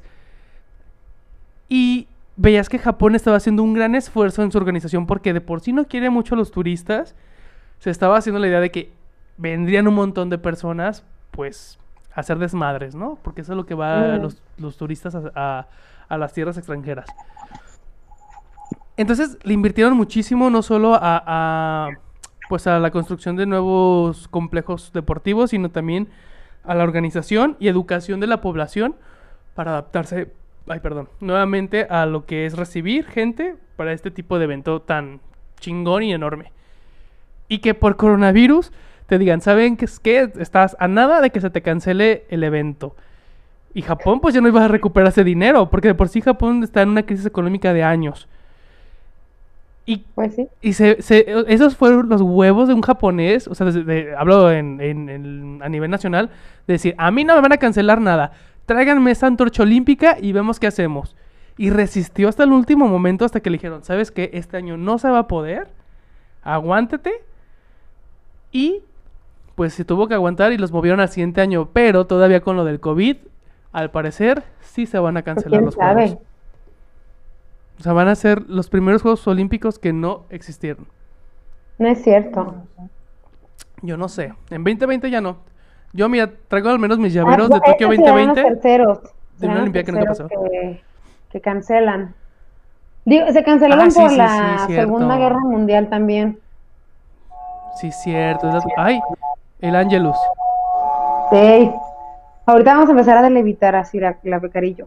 y veías que Japón estaba haciendo un gran esfuerzo en su organización porque de por sí no quiere mucho a los turistas, se estaba haciendo la idea de que vendrían un montón de personas, pues, a hacer desmadres, ¿no? Porque eso es lo que va Mm. los, los turistas a, a, a las tierras extranjeras. Entonces le invirtieron muchísimo no solo a, a pues a la construcción de nuevos complejos deportivos, sino también a la organización y educación de la población para adaptarse, ay perdón, nuevamente a lo que es recibir gente para este tipo de evento tan chingón y enorme. Y que por coronavirus te digan, ¿saben qué es que estás a nada de que se te cancele el evento? Y Japón pues ya no iba a recuperar ese dinero, porque de por sí Japón está en una crisis económica de años. Y, Pues sí. y se, se, esos fueron los huevos de un japonés, o sea, de, de, hablo en, en, en, a nivel nacional, de decir, a mí no me van a cancelar nada, tráiganme esa antorcha olímpica y vemos qué hacemos. Y resistió hasta el último momento, hasta que le dijeron, ¿sabes qué? Este año no se va a poder, aguántate. Y pues se tuvo que aguantar y los movieron al siguiente año, pero todavía con lo del COVID, al parecer, sí se van a cancelar ¿Quién los sabe? juegos. O sea, van a ser los primeros Juegos Olímpicos que no existieron. No es cierto. Yo no sé. En veinte veinte ya no. Yo, mira, traigo al menos mis llaveros Ah, de Tokio estos serán los veinte veinte. terceros. De Serán una los Olimpiada que nunca terceros pasó. Que, que cancelan. Digo, se cancelaron Ah, sí, por sí, la sí, cierto. Segunda Guerra Mundial también. Sí, cierto. es la- Ay, el Angelus. Sí. Ahorita vamos a empezar a levitar así la, la becarillo.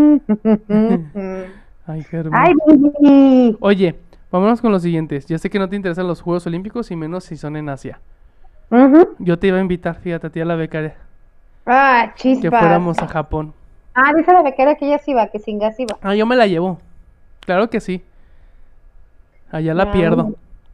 Ay, Germán. Ay, Vivi. Oye, vámonos con los siguientes. Ya sé que no te interesan los Juegos Olímpicos y menos si son en Asia. Ujú. Yo te iba a invitar, fíjate, a ti a la becaria, Ah, que chispas. fuéramos a Japón. Ah, dice la becaria que ella sí va, que sin gas iba. Ah, yo me la llevo. Claro que sí. Allá la Ah. pierdo.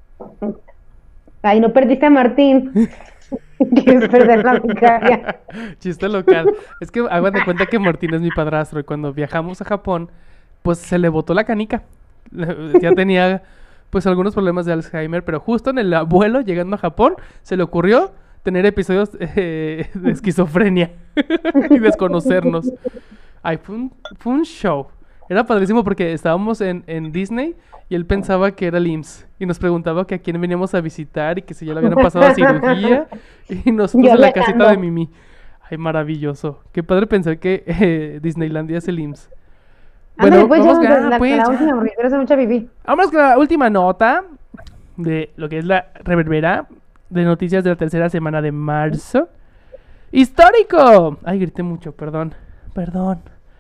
Ay, no perdiste a Martín. Quieres perder la becaria. Chiste local. Es que hagan de cuenta que Martín es mi padrastro y cuando viajamos a Japón, pues se le botó la canica. Le- Ya tenía pues algunos problemas de Alzheimer, pero justo en el vuelo llegando a Japón se le ocurrió tener episodios eh, de esquizofrenia y desconocernos. Ay, fue un, fue un show. Era padrísimo porque estábamos en, en Disney y él pensaba que era el I M S S y nos preguntaba que a quién veníamos a visitar y que si ya le habían pasado a cirugía y nosotros Yo en la viajando. casita de Mimi. Ay, maravilloso. Qué padre pensar que eh, Disneylandia es el I M S S. Ándale, Bueno, pues, vamos ya, a- la, la, pues, la ya. última, porque quiero hacer mucha pipí. Vamos con la última nota de lo que es la reverbera de noticias de la tercera semana de marzo. ¡Histórico! Ay, grité mucho, perdón. Perdón.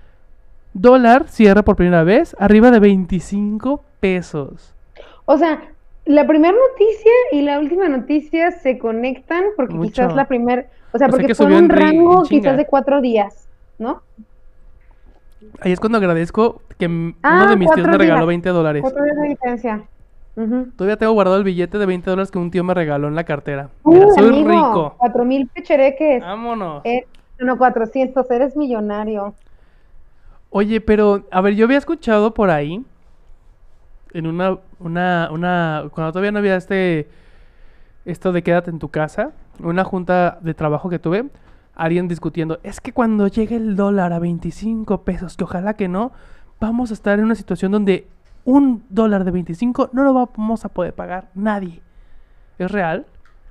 Dólar cierra por primera vez arriba de veinticinco pesos. O sea, la primera noticia y la última noticia se conectan porque Mucho. quizás la primera, o O sea sea, porque que fue subió un en ri- en rango chinga. quizás de cuatro días, ¿no? Ahí es cuando agradezco que m- Ah, uno de mis tíos cuatro me regaló días. veinte dólares. Cuatro días de diferencia. Ujú. Todavía tengo guardado el billete de veinte dólares que un tío me regaló en la cartera. Uh, Mira, soy amigo, rico. cuatro mil pechereques. Vámonos. Eh, no, cuatrocientos, eres millonario. Oye, pero, a ver, yo había escuchado por ahí, en una, una, una, cuando todavía no había este, esto de quédate en tu casa, una junta de trabajo que tuve, alguien discutiendo, es que cuando llegue el dólar a veinticinco pesos, que ojalá que no, vamos a estar en una situación donde un dólar de veinticinco no lo vamos a poder pagar nadie. ¿Es real?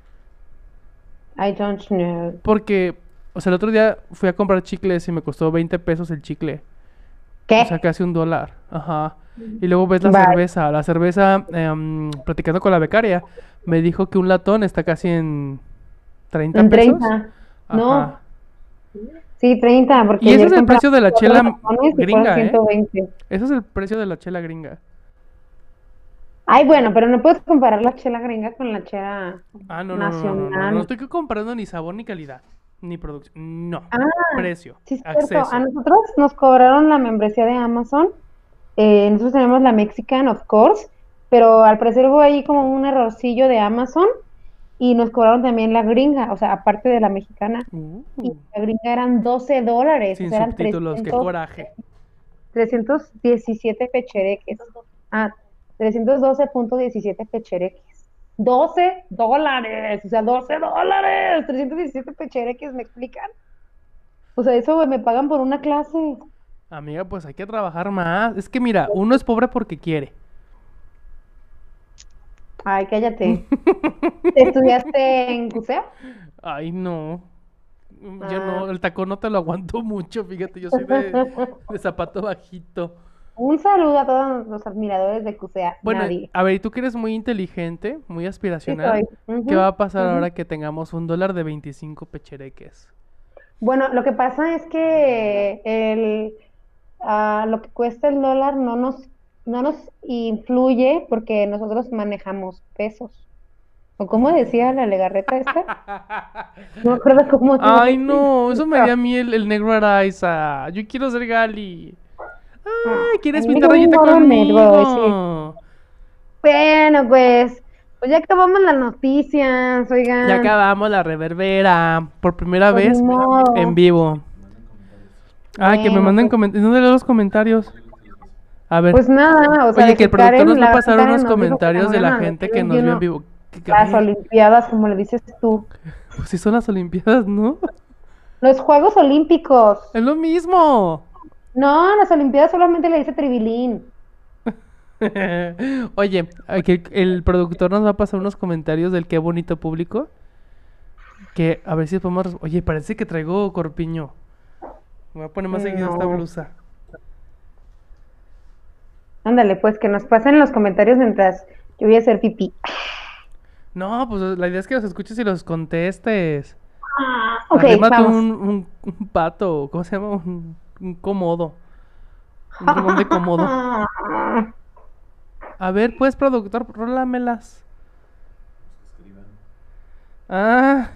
I don't know. Porque, o sea, el otro día fui a comprar chicles y me costó veinte pesos el chicle. ¿Qué? O sea, casi un dólar. Ajá. Y luego ves la Vale. cerveza. La cerveza, eh, platicando con la becaria, me dijo que un latón está casi en treinta En pesos. treinta. Ajá. No. Sí, treinta, porque Y ese ayer es el compramos precio de la cuatro chela latones y gringa, fueron ¿eh? ciento veinte. Ese es el precio de la chela gringa. Ay, bueno, pero no puedes comparar la chela gringa con la chela Ah, no, no, no, no, no, no, nacional. no estoy comparando ni sabor ni calidad, ni producción. No. Ah, Precio, sí, es cierto. A acceso. nosotros nos cobraron la membresía de Amazon. Eh, nosotros tenemos la Mexican, of course, pero al parecer hubo ahí como un errorcillo de Amazon y nos cobraron también la gringa, o sea, aparte de la mexicana. Uh, Y la gringa eran doce dólares, o sin sea, eran subtítulos, qué trescientos, coraje. trescientos diecisiete pechereques. Ah, trescientos doce punto diecisiete pechereques. doce dólares, o sea, doce dólares, trescientos diecisiete pechereques, ¿me explican? O sea, eso me pagan por una clase. Amiga, pues hay que trabajar más. Es que mira, uno es pobre porque quiere. Ay, cállate. ¿Estudiaste en CUSEA? Ay, no. Yo Ah. no, el tacón no te lo aguanto mucho, fíjate, yo soy de, de zapato bajito. Un saludo a todos los admiradores de CUSEA. Bueno, Nadie. a ver, y tú que eres muy inteligente, muy Sí aspiracional, soy. Ujú, ¿qué va a pasar ujú. ahora que tengamos un dólar de veinticinco pechereques? Bueno, lo que pasa es que el, ah, lo que cuesta el dólar no nos, no nos influye porque nosotros manejamos pesos. ¿O cómo decía la legarreta esta? No me acuerdo cómo Ay, no, eso me dio a mí el, el negro Araiza. Yo quiero ser Gali. Ay, ¿quieres pintar Amigo, rayita no, negro, sí. conmigo? Bueno, pues, pues ya acabamos las noticias, oigan. Ya acabamos la reverbera por primera Pues vez ni modo. en vivo. Ay, que me Bueno, manden pues- comentarios. ¿Dónde leo los comentarios? A ver. Pues nada, o sea, Oye, de que el que productor Karen, nos va a la pasar Karen unos nos dijo que comentarios nos de la iban a gente meter que nos vio en veintiuno vivo. Que- que- las ay, Olimpiadas, como le dices tú. pues sí son las Olimpiadas, ¿no? Los Juegos Olímpicos. Es lo mismo. No, las Olimpiadas solamente le dice Tribilín. Oye, aquí el, el productor nos va a pasar unos comentarios del qué bonito público. Que a ver si podemos. res- Oye, parece que traigo corpiño. Me voy a poner más seguido esta No. blusa. Ándale, pues que nos pasen los comentarios mientras yo voy a hacer pipí. No, pues la idea es que los escuches y los contestes. Ah, ok, Arrímate vamos. un, un, un pato, ¿cómo se llama? Un, un comodo. Un dragón de comodo. A ver, pues, productor, rólamelas. Ah.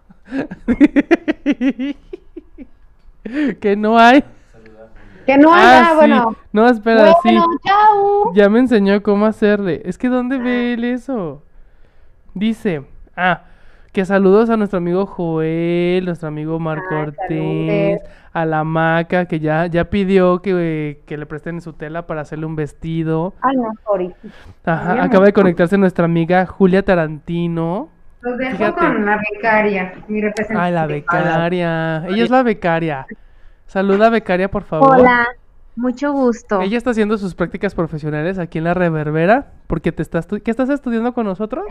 Que no hay. Que no haya, Ah, sí. bueno. No, espera, Bueno, sí. chao. Ya me enseñó cómo hacerle. Es que ¿dónde ve él eso? Dice, ah, que saludos a nuestro amigo Joel, nuestro amigo Marco Ah, Ortiz, saludes. a la Maca, que ya, ya pidió que, que le presten su tela para hacerle un vestido. Ay, no, sorry. Ajá, Bien. acaba de conectarse nuestra amiga Julia Tarantino. Los dejo Fíjate. con la becaria, mi representante. Ay, la becaria. Ella es la becaria. Saluda, becaria, por favor. Hola, mucho gusto. Ella está haciendo sus prácticas profesionales aquí en la Reverbera, porque te estás, ¿qué estás estudiando con nosotros?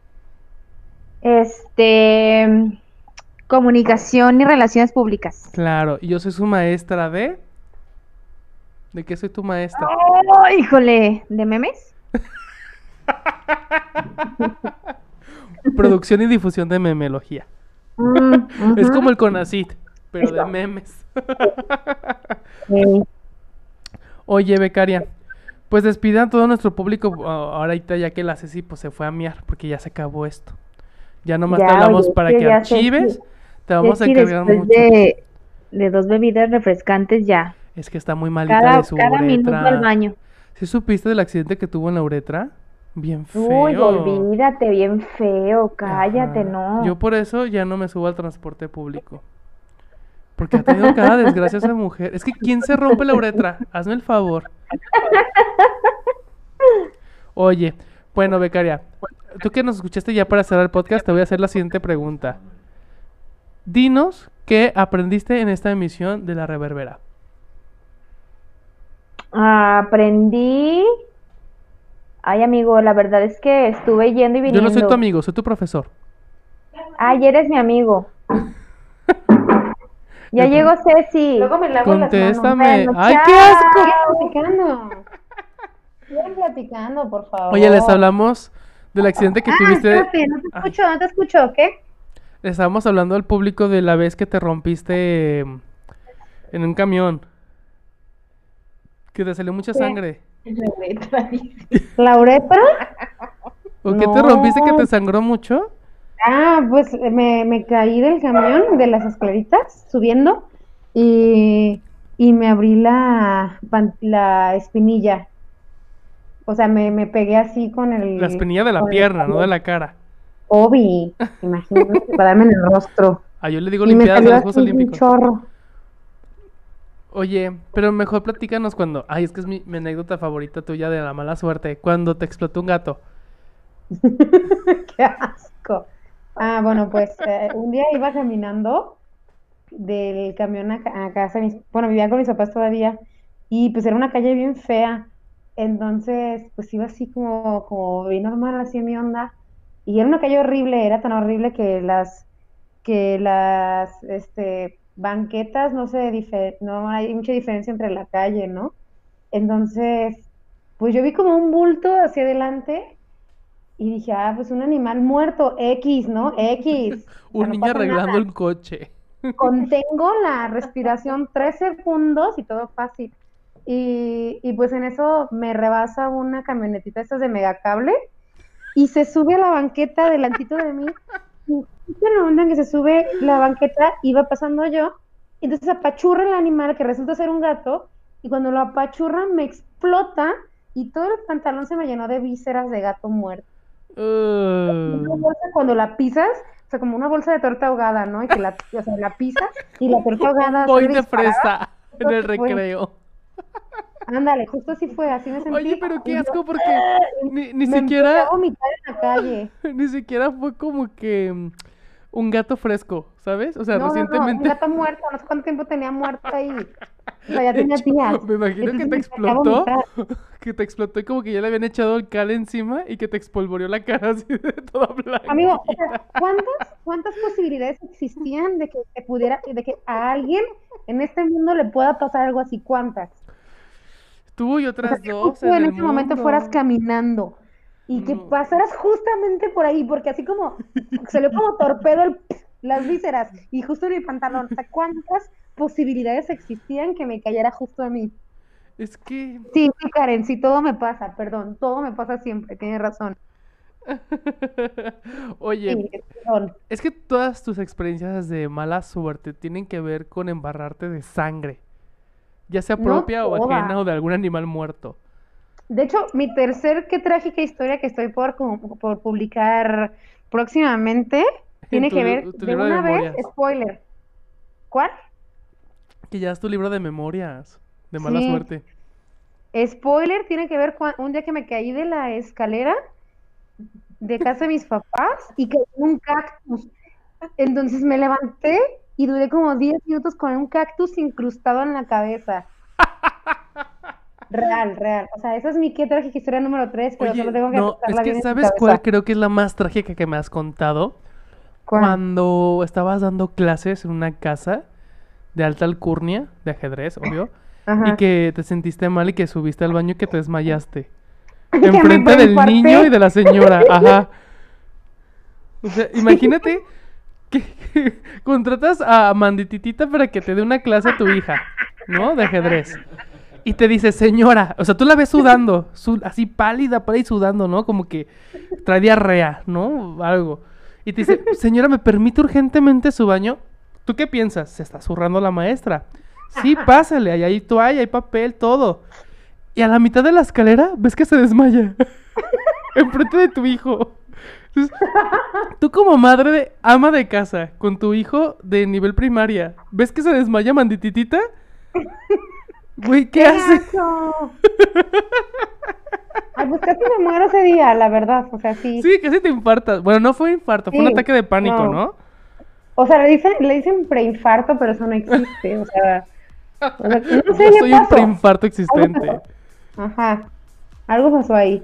Este, comunicación y relaciones públicas. Claro, y yo soy su maestra de... ¿De qué soy tu maestra? Oh, híjole, ¿de memes? Producción y difusión de memelogía. Mm, Es ujú. como el CONACYT, pero de memes. Ok. Oye, becaria, pues despida a todo nuestro público ah, ahorita ya que la Ceci pues se fue a miar, porque ya se acabó esto. Ya nomás te Ya, hablamos oye, para es que que ya Ceci- archives, te vamos a Ceci, encargar después mucho. de, de dos bebidas refrescantes ya. Es que está muy malita Cada, de su cada minuto al uretra. baño. ¿Sí supiste del accidente que tuvo en la uretra? Bien feo. Uy, olvídate, bien feo, cállate, Ajá. no. Yo por eso ya no me subo al transporte público. Porque ha tenido cada desgracia esa mujer. Es que ¿quién se rompe la uretra? Hazme el favor. Oye, bueno, becaria, tú que nos escuchaste ya para cerrar el podcast, te voy a hacer la siguiente pregunta. Dinos qué aprendiste en esta emisión de La Reverbera. Aprendí Ay, amigo, la verdad es que estuve yendo y Yo viniendo. no soy tu amigo, soy tu profesor. Ay, eres mi amigo. Ya El- llegó Ceci. Luego me lavo las manos. Contéstame. Bueno, ¡Ay, chao. qué asco! Sigan platicando. Sigan platicando, por favor. Oye, les hablamos del accidente que Ah, tuviste. espérate, no te Ah, escucho, no te escucho, ¿qué? le estábamos hablando al público de la vez que te rompiste em, en un camión. Que te salió mucha ¿Qué? sangre. ¿La uretra? ¿O qué te No. rompiste que te sangró mucho? Ah, pues me, me caí del camión, de las escaleritas, subiendo, y, y me abrí la, pan- la espinilla. O sea, me, me pegué así con el... La espinilla de la con el pierna, no de camión. la cara. Obi, imagínate, para darme en el rostro. Ah, yo le digo Y me Olimpiadas a salió los Juegos así un Olímpicos. chorro. Oye, pero mejor platícanos cuando... Ay, es que es mi, mi anécdota favorita tuya de la mala suerte. Cuando te explotó un gato. Qué asco. Ah, bueno, pues eh, un día iba caminando del camión a, ca- a casa, de mis, bueno, vivía con mis papás todavía, y pues era una calle bien fea, entonces pues iba así como, como bien normal, así en mi onda, y era una calle horrible, era tan horrible que las, que las, este, banquetas, no sé, dife- no hay mucha diferencia entre la calle, ¿no? Entonces, pues yo vi como un bulto hacia adelante, y dije, ah, pues un animal muerto, X, ¿no? X, o sea, Un no niño pasa arreglando nada. el coche. Contengo la respiración tres segundos y todo fácil. Y, y pues en eso me rebasa una camionetita estas de megacable y se sube a la banqueta delantito de mí. Y justo en el momento en que se sube la banqueta, iba pasando yo. Y entonces apachurra el animal, que resulta ser un gato, y cuando lo apachurra me explota y todo el pantalón se me llenó de vísceras de gato muerto. Una Uh, bolsa cuando la pisas, o sea, como una bolsa de torta ahogada, ¿no? Y que la, o sea, la pisas y la torta un ahogada boy sale de disparada. fresa en el Justo fue. recreo. Ándale, justo así fue, así me sentí. Oye, pero Y qué yo, asco porque ¡ah! ni, ni me empecé a siquiera, vomitar en la calle. ni siquiera fue como que mm, un gato fresco, ¿sabes? O sea, No, no, no, un recientemente gato muerto, no sé cuánto tiempo tenía muerto ahí. O sea, ya tenía hecho, días. me imagino que Entonces te me empecé a explotó, vomitar. que te explotó y como que ya le habían echado el cal encima y que te expolvoreó la cara así de toda Amigo, o blanquita. sea, ¿cuántas, cuántas posibilidades existían de que te pudiera, de que a alguien en este mundo le pueda pasar algo así? ¿Cuántas? Tú y O sea, otras que dos justo en en el ese momento fueras mundo. caminando y que No. pasaras justamente por ahí, porque así como salió como torpedo el, las vísceras y justo en mi pantalón. O sea, ¿cuántas posibilidades existían que me cayera justo a mí? Es que Sí, sí, Karen, sí, todo me pasa, perdón, todo me pasa siempre, tienes razón. Oye, Sí, perdón. es que todas tus experiencias de mala suerte tienen que ver con embarrarte de sangre, ya sea No propia o todas. ajena o de algún animal muerto. De hecho, mi tercer, qué trágica historia que estoy por, como- por publicar próximamente En tiene tu, que ver tu de libro de una vez, memorias. spoiler. ¿Cuál? Que ya es tu libro de memorias, de mala Sí, suerte. spoiler tiene que ver con un día que me caí de la escalera de casa de mis papás y caí en un cactus. Entonces me levanté y duré como diez minutos con un cactus incrustado en la cabeza. Real, real. O sea, esa es mi qué trágica historia número tres, pero solo Oye, tengo que no, es aceptarla que bien en mi ¿sabes cuál cabeza. creo que es la más trágica que me has contado? ¿Cuál? Cuando estabas dando clases en una casa de alta alcurnia, de ajedrez, obvio, y Ajá. que te sentiste mal y que subiste al baño y que te desmayaste. Que me Enfrente del preinfarté. niño y de la señora, ajá. O sea, imagínate que contratas a Mandititita para que te dé una clase a tu hija, ¿no? De ajedrez. Y te dice, señora, o sea, tú la ves sudando, su- así pálida, por ahí sudando, ¿no? Como que trae diarrea, ¿no? Algo. Y te dice, señora, ¿me permite urgentemente su baño? ¿Tú qué piensas? Se está zurrando la maestra. Sí, pásale, ahí hay toalla, hay papel, todo. Y a la mitad de la escalera, ves que se desmaya. Enfrente de tu hijo. Entonces, tú como madre de ama de casa, con tu hijo de nivel primaria, ¿ves que se desmaya Mandititita? Güey, ¿qué ¡Qué hace? asco! Ay, pues casi me muero ese día, la verdad. O sea, sí. Sí, casi te infartas. Bueno, no fue infarto, fue un Sí, ataque de pánico, no. ¿no? O sea, le dicen, le dicen preinfarto, pero eso no existe. O sea, o sea, no sé Yo qué soy un pasó. preinfarto Algo existente. pasó. Ajá. Algo pasó ahí.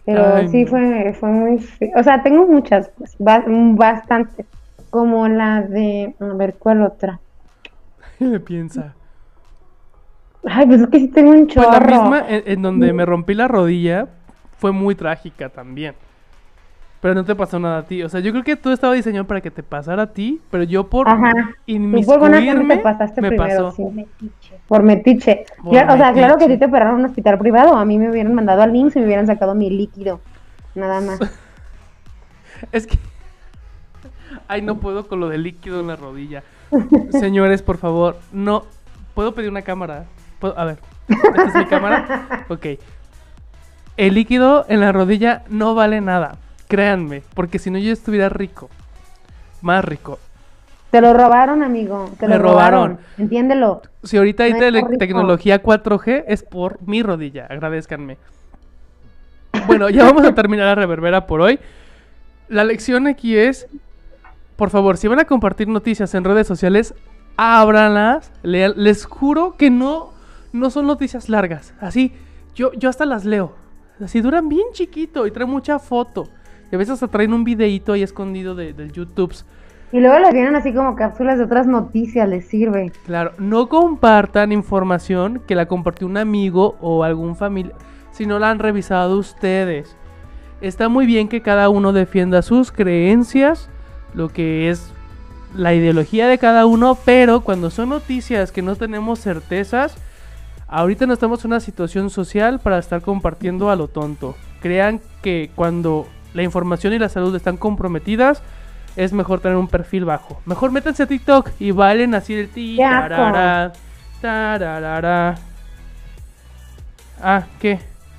Pero Ay, sí no. fue, fue muy feo. O sea, tengo muchas, pues, ba- bastantes. Como la de, a ver, ¿cuál otra? ¿Qué le piensa? Ay, pues es que sí tengo un Pues la chorro. misma en, en donde me rompí la rodilla fue muy trágica también. Pero no te pasó nada a ti. O sea, yo creo que todo estaba diseñado para que te pasara a ti, pero yo por Ajá. Tú por buena gente te inmiscuirme pasaste me primero, pasó. sí. Por metiche. Por Claro, o sea, claro que a ti metiche. te operaron en un hospital privado. A mí me hubieran mandado al I M S S y me hubieran sacado mi líquido. Nada más. Es que... Ay, no puedo con lo de líquido en la rodilla. Señores, por favor, no... ¿Puedo pedir una cámara? ¿Puedo? A ver, ¿esta es mi cámara? Ok. El líquido en la rodilla no vale nada. Créanme, porque si no yo estuviera rico. Más rico. Te lo robaron, amigo. Te Me lo robaron. robaron. Entiéndelo. Si ahorita hay No tele- está rico. tecnología cuatro G es por mi rodilla, agradezcanme. Bueno, ya vamos a terminar la reverbera por hoy. La lección aquí es, por favor, si van a compartir noticias en redes sociales, ábranlas. Le- les juro que no, no son noticias largas. Así, yo, yo hasta las leo. Así duran bien chiquito y traen mucha foto. Y a veces hasta traen un videíto ahí escondido de, del YouTube. Y luego les vienen así como cápsulas de otras noticias, les sirve. Claro, no compartan información que la compartió un amigo o algún familiar, si no la han revisado ustedes. Está muy bien que cada uno defienda sus creencias, lo que es la ideología de cada uno, pero cuando son noticias que no tenemos certezas, ahorita no estamos en una situación social para estar compartiendo a lo tonto. Crean que cuando la información y la salud están comprometidas, es mejor tener un perfil bajo. Mejor métanse a TikTok y bailen así el ti, ¡Qué asco! tararara, tararara. Ah, ¿qué?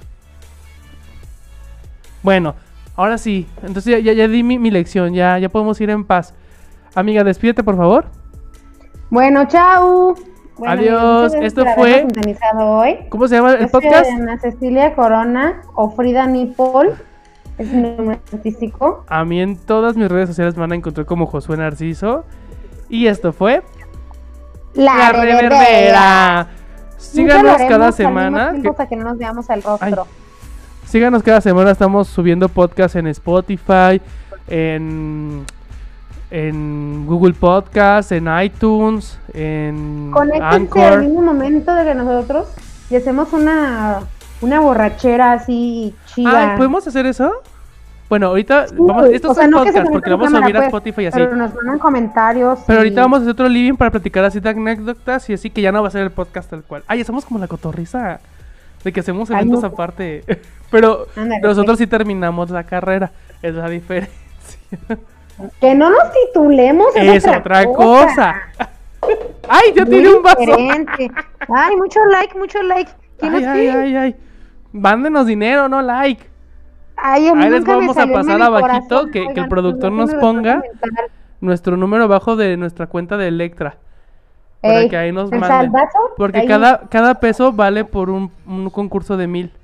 Bueno, ahora sí. Entonces ya, ya, ya di mi, mi lección. Ya, ya podemos ir en paz. Amiga, despídete, por favor. Bueno, chao. Bueno, Adiós, amigos, muchas gracias esto por fue- habernos sintonizado hoy. ¿Cómo se llama Yo el soy podcast? Ana Cecilia Corona o Frida Nipol. Es mi nombre artístico. A mí en todas mis redes sociales me van a encontrar como Josué Narciso. Y esto fue La, Reverbera. Síganos Nunca lo haremos cada al semana. mismo que- tiempo hasta que no nos veamos el rostro. Síganos cada semana. Estamos subiendo podcast en Spotify, en, en Google Podcast, en iTunes, en Conéctense al Anchor. mismo momento de que nosotros y hacemos una, una borrachera así chida. Ay, ¿podemos hacer eso? Bueno, ahorita Sí, vamos, esto o es sea, un no que se podcast porque lo conecten vamos a cámara, subir a pues, Spotify y así. Pero nos mandan comentarios. Pero y- ahorita vamos a hacer otro living para platicar así de anécdotas y así que ya no va a ser el podcast tal cual. Ay, somos como la cotorriza de que hacemos Ay, eventos no. aparte. Pero Ándale, nosotros sí terminamos la carrera. Es la diferencia. Que no nos titulemos Es otra cosa. Ay, yo tiré un vaso. Diferente. Ay, mucho like, mucho like. ¿Quién Ay, es ay, que? ay, ay. Mándenos dinero, no like. Ay, a mí Ahí les nunca me vamos a salió en pasar mi abajito corazón. que- que el Oigan, productor pues, nos déjenme ponga comentar. Nuestro número abajo de nuestra cuenta de Electra. Para Ey, que ahí nos ¿el manden. salvazo? Porque Ahí. cada, cada peso vale por un, un concurso de mil.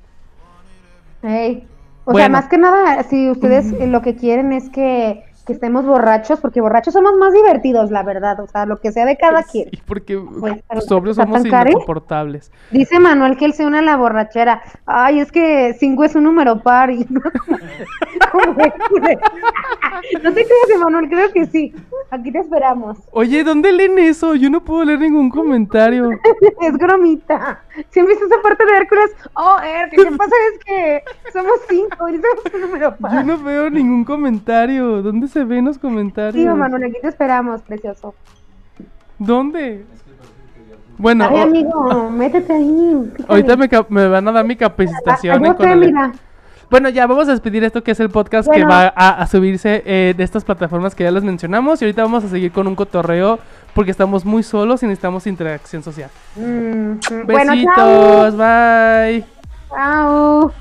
Ey. O Bueno. sea, más que nada, si ustedes eh, lo que quieren es que, que estemos borrachos, porque borrachos somos más divertidos, la verdad. O sea, lo que sea de cada quien. Sí, porque Pues, pero sobrios está somos tan caro. insoportables. Dice Manuel que él se une a la borrachera. Ay, es que cinco es un número par. Y no, como Hércules. No te creas, Manuel, creo que sí. Aquí te esperamos. Oye, ¿dónde leen eso? Yo no puedo leer ningún comentario. Es bromita. ¿Sí han visto esa parte de Hércules? Oh, Hércules, lo que pasa es que somos cinco y somos un número par. Yo no veo ningún comentario. ¿Dónde se ven los comentarios? Sí, Manuel, aquí te esperamos, precioso. ¿Dónde? Bueno, Ay, o- amigo, métete ahí. pícale. ahorita me, cap- me van a dar mi capacitación en Ayúdate, Conalep. mira. Bueno, ya vamos a despedir esto que es el podcast que Bueno. va a, a subirse eh, de estas plataformas que ya les mencionamos. Y ahorita vamos a seguir con un cotorreo porque estamos muy solos y necesitamos interacción social. Mm, bueno, chao. Besitos, bye. Chao.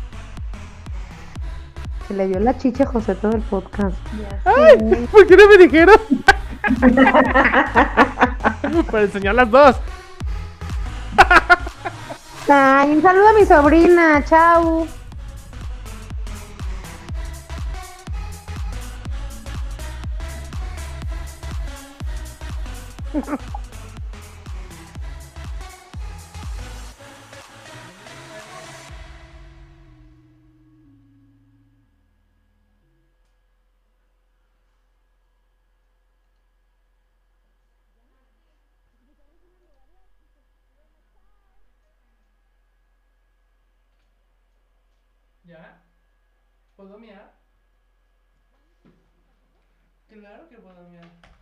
Se le vio la chicha a José todo el podcast. Ay, ¿por qué no me dijeron? Para enseñar las dos. Ay, un saludo a mi sobrina. Chao. ¿Ya? ¿Puedo miar? Claro que puedo miar.